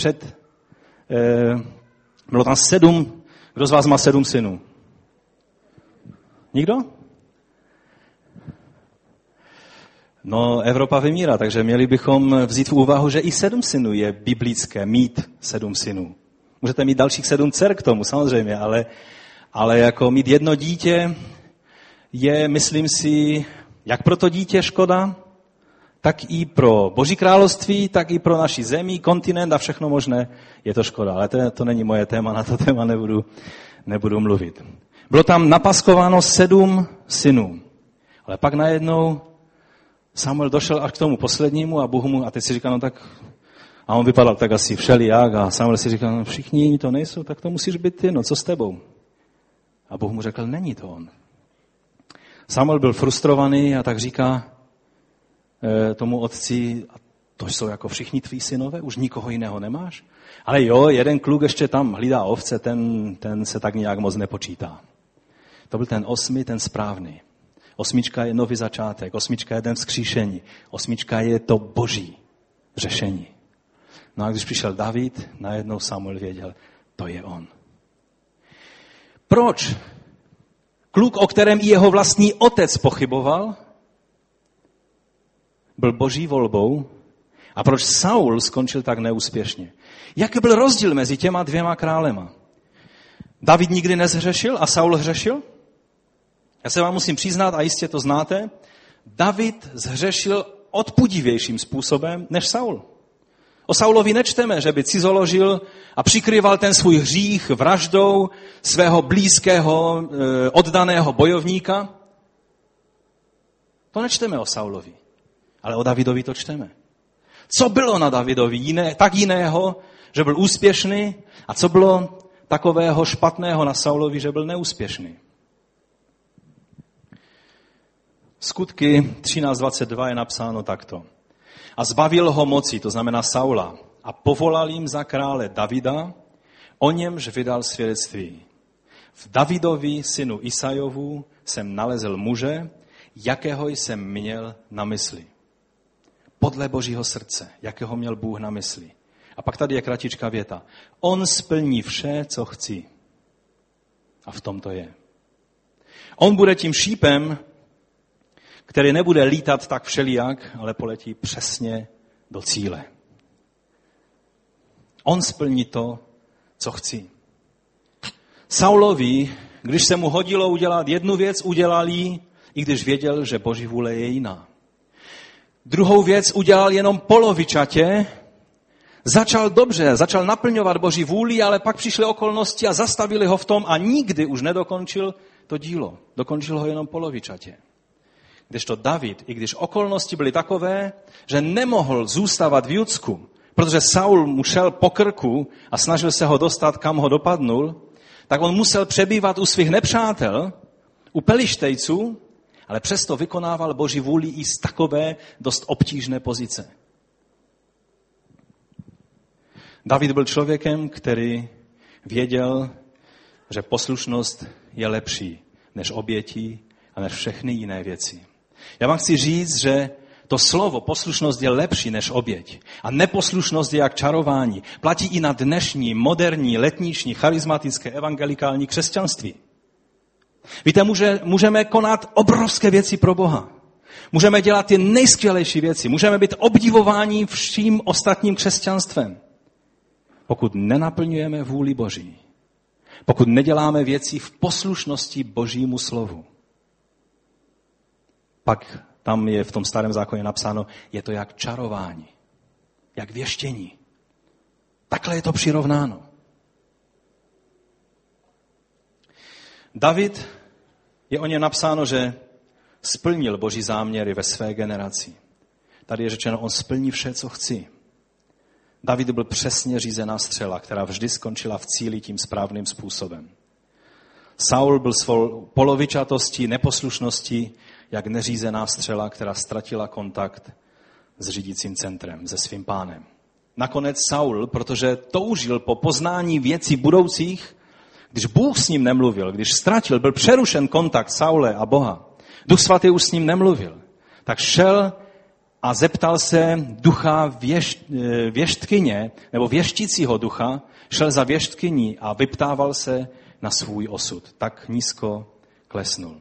Bylo tam 7, kdo z vás má 7 synů? Nikdo? No, Evropa vymírá, takže měli bychom vzít v úvahu, že i 7 synů je biblické, mít 7 synů. Můžete mít dalších 7 dcer k tomu, samozřejmě, ale jako mít jedno dítě je, myslím si, jak pro to dítě škoda, tak i pro Boží království, tak i pro naši zemi, kontinent a všechno možné je to škoda. Ale to není moje téma, na to téma nebudu mluvit. Bylo tam napaskováno 7 synů, ale pak najednou Samuel došel až k tomu poslednímu a Bůh mu, a teď si říká, no tak, a on vypadal tak asi všelijak a Samuel si říkal, no všichni jiní to nejsou, tak to musíš být ty, no co s tebou? A Bůh mu řekl, není to on. Samuel byl frustrovaný a tak říká tomu otci, a to jsou jako všichni tví synové, už nikoho jiného nemáš? Ale jo, jeden kluk ještě tam hlídá ovce, ten se tak nějak moc nepočítá. To byl ten 8, ten správný. 8 je nový začátek, 8 je den vzkříšení, 8 je to Boží řešení. No a když přišel David, najednou Samuel věděl, to je on. Proč? Kluk, o kterém i jeho vlastní otec pochyboval, byl Boží volbou. A proč Saul skončil tak neúspěšně? Jaký byl rozdíl mezi těma 2 králema? David nikdy nezhřešil a Saul hřešil? Já se vám musím přiznat, a jistě to znáte, David zhřešil odpudivějším způsobem než Saul. O Saulovi nečteme, že by cizoložil a přikryval ten svůj hřích vraždou svého blízkého, oddaného bojovníka. To nečteme o Saulovi, ale o Davidovi to čteme. Co bylo na Davidovi tak jiného, že byl úspěšný, a co bylo takového špatného na Saulovi, že byl neúspěšný? Skutky 13.22 je napsáno takto. A zbavil ho moci, to znamená Saula, a povolal jim za krále Davida, o němž vydal svědectví. V Davidovi, synu Isajovu, jsem nalezl muže, jakého jsem měl na mysli. Podle Božího srdce, jakého měl Bůh na mysli. A pak tady je kratičká věta. On splní vše, co chci. A v tom to je. On bude tím šípem, který nebude lítat tak všelijak, ale poletí přesně do cíle. On splní to, co chci. Saulovi, když se mu hodilo udělat jednu věc, udělal ji, i když věděl, že Boží vůle je jiná. Druhou věc udělal jenom polovičatě, začal dobře, začal naplňovat Boží vůli, ale pak přišly okolnosti a zastavili ho v tom a nikdy už nedokončil to dílo. Dokončil ho jenom polovičatě. Kdežto David, i když okolnosti byly takové, že nemohl zůstávat v Judsku, protože Saul mu šel po krku a snažil se ho dostat, kam ho dopadnul, tak on musel přebývat u svých nepřátel, u Pelištejců, ale přesto vykonával Boží vůli i z takové dost obtížné pozice. David byl člověkem, který věděl, že poslušnost je lepší než oběti a než všechny jiné věci. Já vám chci říct, že to slovo poslušnost je lepší než oběť. A neposlušnost je jak čarování. Platí i na dnešní, moderní, letniční, charismatické, evangelikální křesťanství. Víte, můžeme konat obrovské věci pro Boha. Můžeme dělat ty nejskvělejší věci. Můžeme být obdivováni vším ostatním křesťanstvem. Pokud nenaplňujeme vůli Boží. Pokud neděláme věci v poslušnosti Božímu slovu. Pak tam je v tom starém zákoně napsáno, je to jak čarování, jak věštění. Takhle je to přirovnáno. David, je o něm napsáno, že splnil Boží záměry ve své generaci. Tady je řečeno, on splní vše, co chci. David byl přesně řízená střela, která vždy skončila v cíli tím správným způsobem. Saul byl svou polovičatostí, neposlušností, jak neřízená střela, která ztratila kontakt s řídícím centrem, se svým pánem. Nakonec Saul, protože toužil po poznání věcí budoucích, když Bůh s ním nemluvil, když ztratil, byl přerušen kontakt Saule a Boha, Duch svatý už s ním nemluvil, tak šel a zeptal se ducha věštkyně, nebo věštícího ducha, šel za věštkyní a vyptával se na svůj osud. Tak nízko klesnul.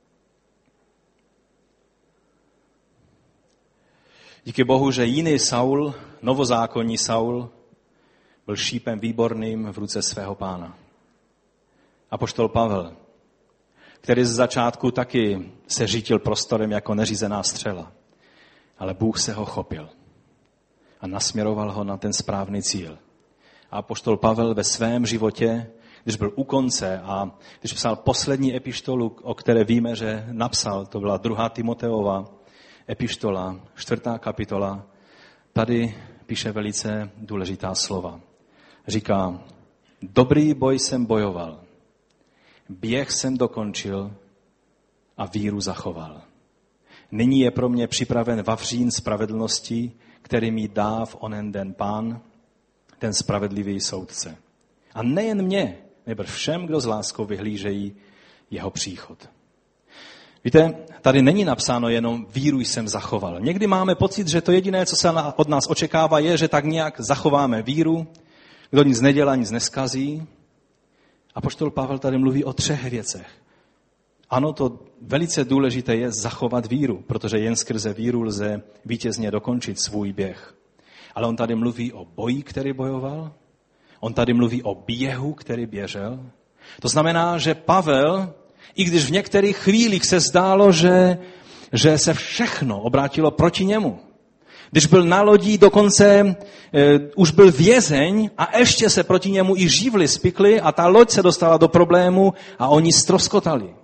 Díky Bohu, že jiný Saul, novozákonní Saul, byl šípem výborným v ruce svého Pána. Apoštol Pavel, který z začátku taky se řítil prostorem jako neřízená střela. Ale Bůh se ho chopil a nasměroval ho na ten správný cíl. A apoštol Pavel ve svém životě, když byl u konce a když psal poslední epištolu, o které víme, že napsal, to byla 2. Timoteova epištola, 4. kapitola, tady píše velice důležitá slova. Říká, dobrý boj jsem bojoval, běh jsem dokončil a víru zachoval. Nyní je pro mě připraven vavřín spravedlnosti, který mi dá v onen den Pán, ten spravedlivý soudce. A nejen mě, nýbrž všem, kdo s láskou vyhlížejí jeho příchod. Víte, tady není napsáno jenom víru jsem zachoval. Někdy máme pocit, že to jediné, co se od nás očekává, je, že tak nějak zachováme víru, kdo nic nedělá, nic neskazí. Apoštol Pavel tady mluví o 3 věcech. Ano, to velice důležité je zachovat víru, protože jen skrze víru lze vítězně dokončit svůj běh. Ale on tady mluví o boji, který bojoval. On tady mluví o běhu, který běžel. To znamená, že Pavel, i když v některých chvílích se zdálo, že se všechno obrátilo proti němu. Když byl na lodi, dokonce už byl vězeň a ještě se proti němu i živly spikly a ta loď se dostala do problému a oni ztroskotali.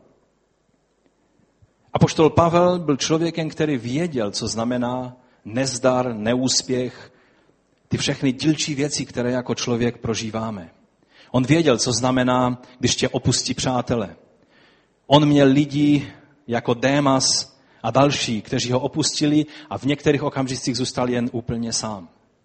Apoštol Pavel byl člověkem, který věděl, co znamená nezdar, neúspěch, ty všechny dílčí věci, které jako člověk prožíváme. On věděl, co znamená, když tě opustí přátele. On měl lidi jako Démas a další, kteří ho opustili a v některých okamžicích zůstal jen úplně sám.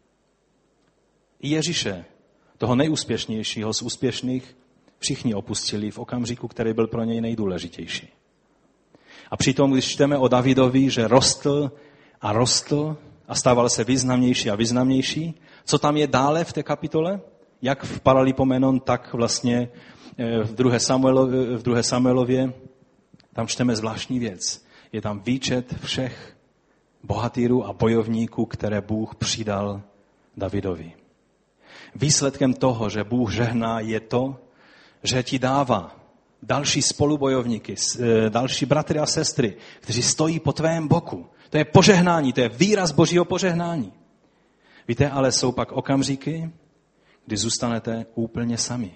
I Ježíše, toho nejúspěšnějšího z úspěšných, všichni opustili v okamžiku, který byl pro něj nejdůležitější. A přitom, když čteme o Davidovi, že rostl a stával se významnější a významnější, co tam je dále v té kapitole? Jak v Paralipomenon, tak vlastně v 2. Samuelově, tam čteme zvláštní věc. Je tam výčet všech bohatýrů a bojovníků, které Bůh přidal Davidovi. Výsledkem toho, že Bůh žehná, je to, že ti dává další spolubojovníky, další bratry a sestry, kteří stojí po tvém boku. To je požehnání, to je výraz Božího požehnání. Víte, ale jsou pak okamžiky, kdy zůstanete úplně sami.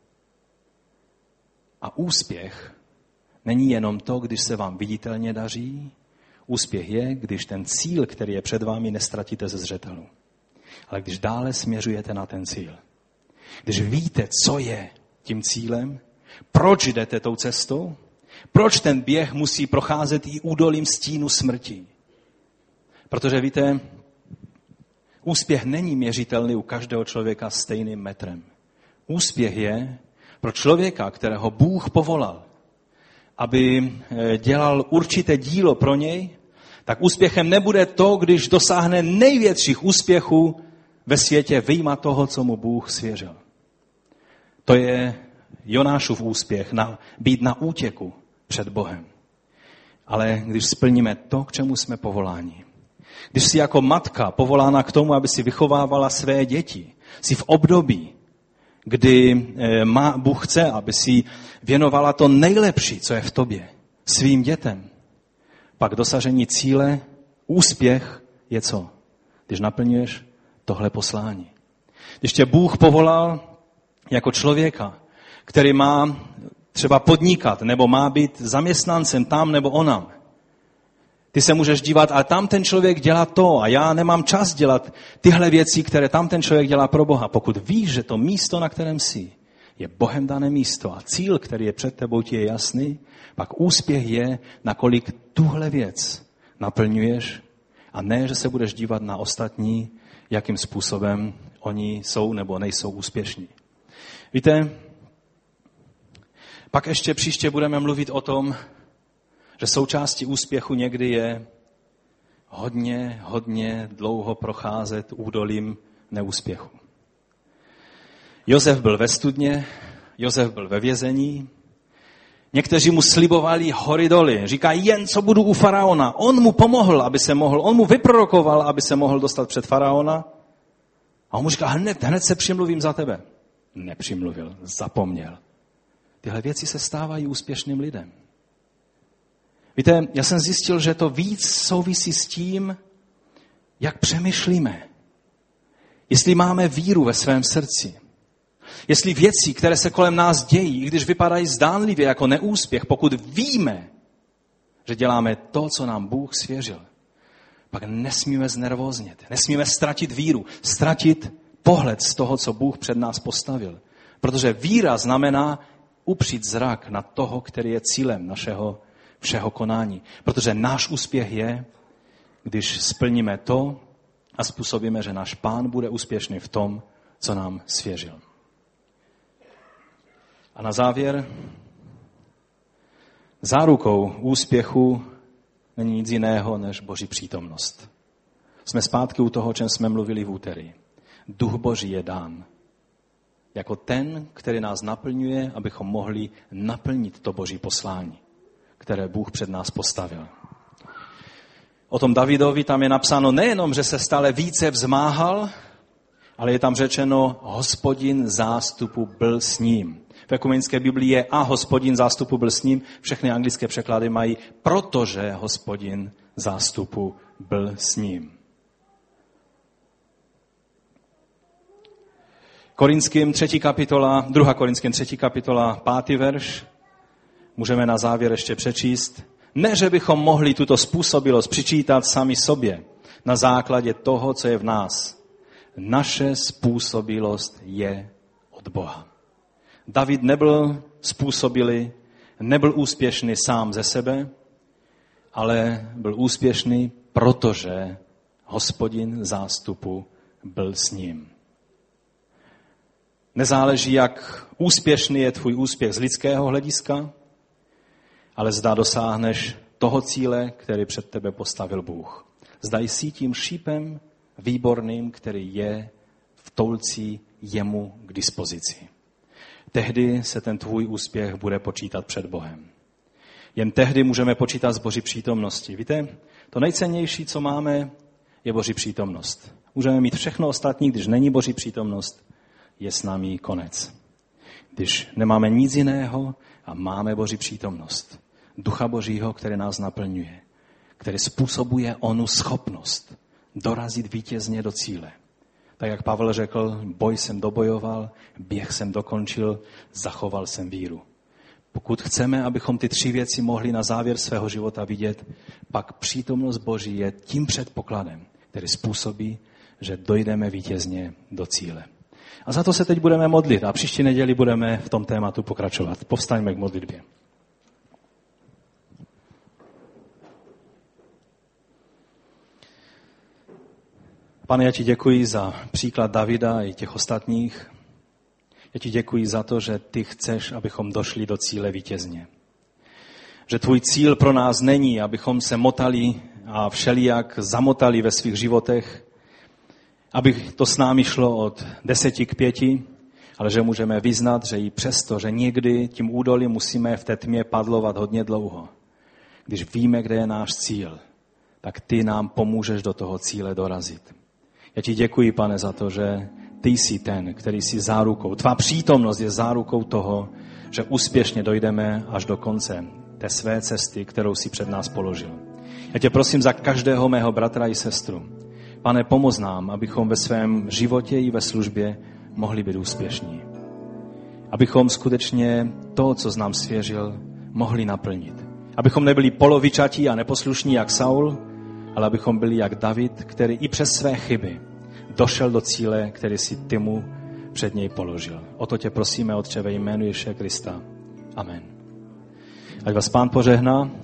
A úspěch není jenom to, když se vám viditelně daří. Úspěch je, když ten cíl, který je před vámi, nestratíte ze zřetelu. Ale když dále směřujete na ten cíl. Když víte, co je tím cílem, proč jdete tou cestou, proč ten běh musí procházet i údolím stínu smrti. Protože víte, úspěch není měřitelný u každého člověka stejným metrem. Úspěch je pro člověka, kterého Bůh povolal, aby dělal určité dílo pro něj, tak úspěchem nebude to, když dosáhne největších úspěchů ve světě vyjma toho, co mu Bůh svěřil. To je Jonášův úspěch, být na útěku před Bohem. Ale když splníme to, k čemu jsme povoláni, když jsi jako matka povolána k tomu, aby si vychovávala své děti, jsi v období, kdy Bůh chce, aby si věnovala to nejlepší, co je v tobě, svým dětem, pak dosažení cíle, úspěch je co? Když naplňuješ tohle poslání. Když tě Bůh povolal jako člověka, který má třeba podnikat, nebo má být zaměstnancem tam nebo onam. Ty se můžeš dívat, ale tam ten člověk dělá to a já nemám čas dělat tyhle věci, které tam ten člověk dělá pro Boha. Pokud víš, že to místo, na kterém jsi, je Bohem dané místo a cíl, který je před tebou, ti je jasný, pak úspěch je, nakolik tuhle věc naplňuješ a ne, že se budeš dívat na ostatní, jakým způsobem oni jsou nebo nejsou úspěšní. Víte, pak ještě příště budeme mluvit o tom, že součástí úspěchu někdy je hodně dlouho procházet údolím neúspěchu. Josef byl ve studně, Josef byl ve vězení, někteří mu slibovali hory doly. Říkají, jen co budu u faraona. On mu pomohl, on mu vyprorokoval, aby se mohl dostat před faraona. A on mu říká, hned se přimluvím za tebe. Nepřimluvil, zapomněl. Tyhle věci se stávají úspěšným lidem. Víte, já jsem zjistil, že to víc souvisí s tím, jak přemýšlíme. Jestli máme víru ve svém srdci. Jestli věci, které se kolem nás dějí, i když vypadají zdánlivě jako neúspěch, pokud víme, že děláme to, co nám Bůh svěřil, pak nesmíme znervóznět, nesmíme ztratit víru, ztratit pohled z toho, co Bůh před nás postavil. Protože víra znamená upřít zrak na toho, který je cílem našeho všeho konání. Protože náš úspěch je, když splníme to a způsobíme, že náš Pán bude úspěšný v tom, co nám svěřil. A na závěr, zárukou úspěchu není nic jiného než Boží přítomnost. Jsme zpátky u toho, o čem jsme mluvili v úterý. Duch Boží je dán jako ten, který nás naplňuje, abychom mohli naplnit to Boží poslání, které Bůh před nás postavil. O tom Davidovi tam je napsáno nejenom, že se stále více vzmáhal, ale je tam řečeno, Hospodin zástupu byl s ním. V ekumenické Biblii je a Hospodin zástupu byl s ním. Všechny anglické překlady mají, protože Hospodin zástupu byl s ním. Korinským 3. kapitola, 2. Korinským 3. kapitola, 5. verš. Můžeme na závěr ještě přečíst. Ne, že bychom mohli tuto způsobilost přičítat sami sobě na základě toho, co je v nás. Naše způsobilost je od Boha. David nebyl způsobilý, nebyl úspěšný sám ze sebe, ale byl úspěšný, protože Hospodin zástupu byl s ním. Nezáleží, jak úspěšný je tvůj úspěch z lidského hlediska, ale zda dosáhneš toho cíle, který před tebe postavil Bůh. Zda jsi tím šípem výborným, který je vtoulcí jemu k dispozici. Tehdy se ten tvůj úspěch bude počítat před Bohem. Jen tehdy můžeme počítat s Boží přítomností. Víte, to nejcennější, co máme, je Boží přítomnost. Můžeme mít všechno ostatní, když není Boží přítomnost, je s námi konec. Když nemáme nic jiného a máme Boží přítomnost, Ducha Božího, který nás naplňuje, který způsobuje onu schopnost dorazit vítězně do cíle. Tak jak Pavel řekl, boj jsem dobojoval, běh jsem dokončil, zachoval jsem víru. Pokud chceme, abychom ty 3 věci mohli na závěr svého života vidět, pak přítomnost Boží je tím předpokladem, který způsobí, že dojdeme vítězně do cíle. A za to se teď budeme modlit a příští neděli budeme v tom tématu pokračovat. Povstaňme k modlitbě. Pane, já ti děkuji za příklad Davida i těch ostatních. Já ti děkuji za to, že ty chceš, abychom došli do cíle vítězně. Že tvůj cíl pro nás není, abychom se motali a všelijak zamotali ve svých životech, aby to s námi šlo od 10 k 5, ale že můžeme vyznat, že i přesto, že někdy tím údolím musíme v té tmě padlovat hodně dlouho. Když víme, kde je náš cíl, tak ty nám pomůžeš do toho cíle dorazit. Já ti děkuji, Pane, za to, že ty jsi ten, který jsi zárukou. Tvá přítomnost je zárukou toho, že úspěšně dojdeme až do konce té své cesty, kterou jsi před nás položil. Já tě prosím za každého mého bratra i sestru. Pane, pomoz nám, abychom ve svém životě i ve službě mohli být úspěšní. Abychom skutečně to, co jsi nám svěřil, mohli naplnit. Abychom nebyli polovičatí a neposlušní jak Saul, ale abychom byli jak David, který i přes své chyby došel do cíle, který si ty mu před něj položil. O to tě prosíme, Otče, ve jménu Ježíše Krista. Amen. Ať vás Pán požehná.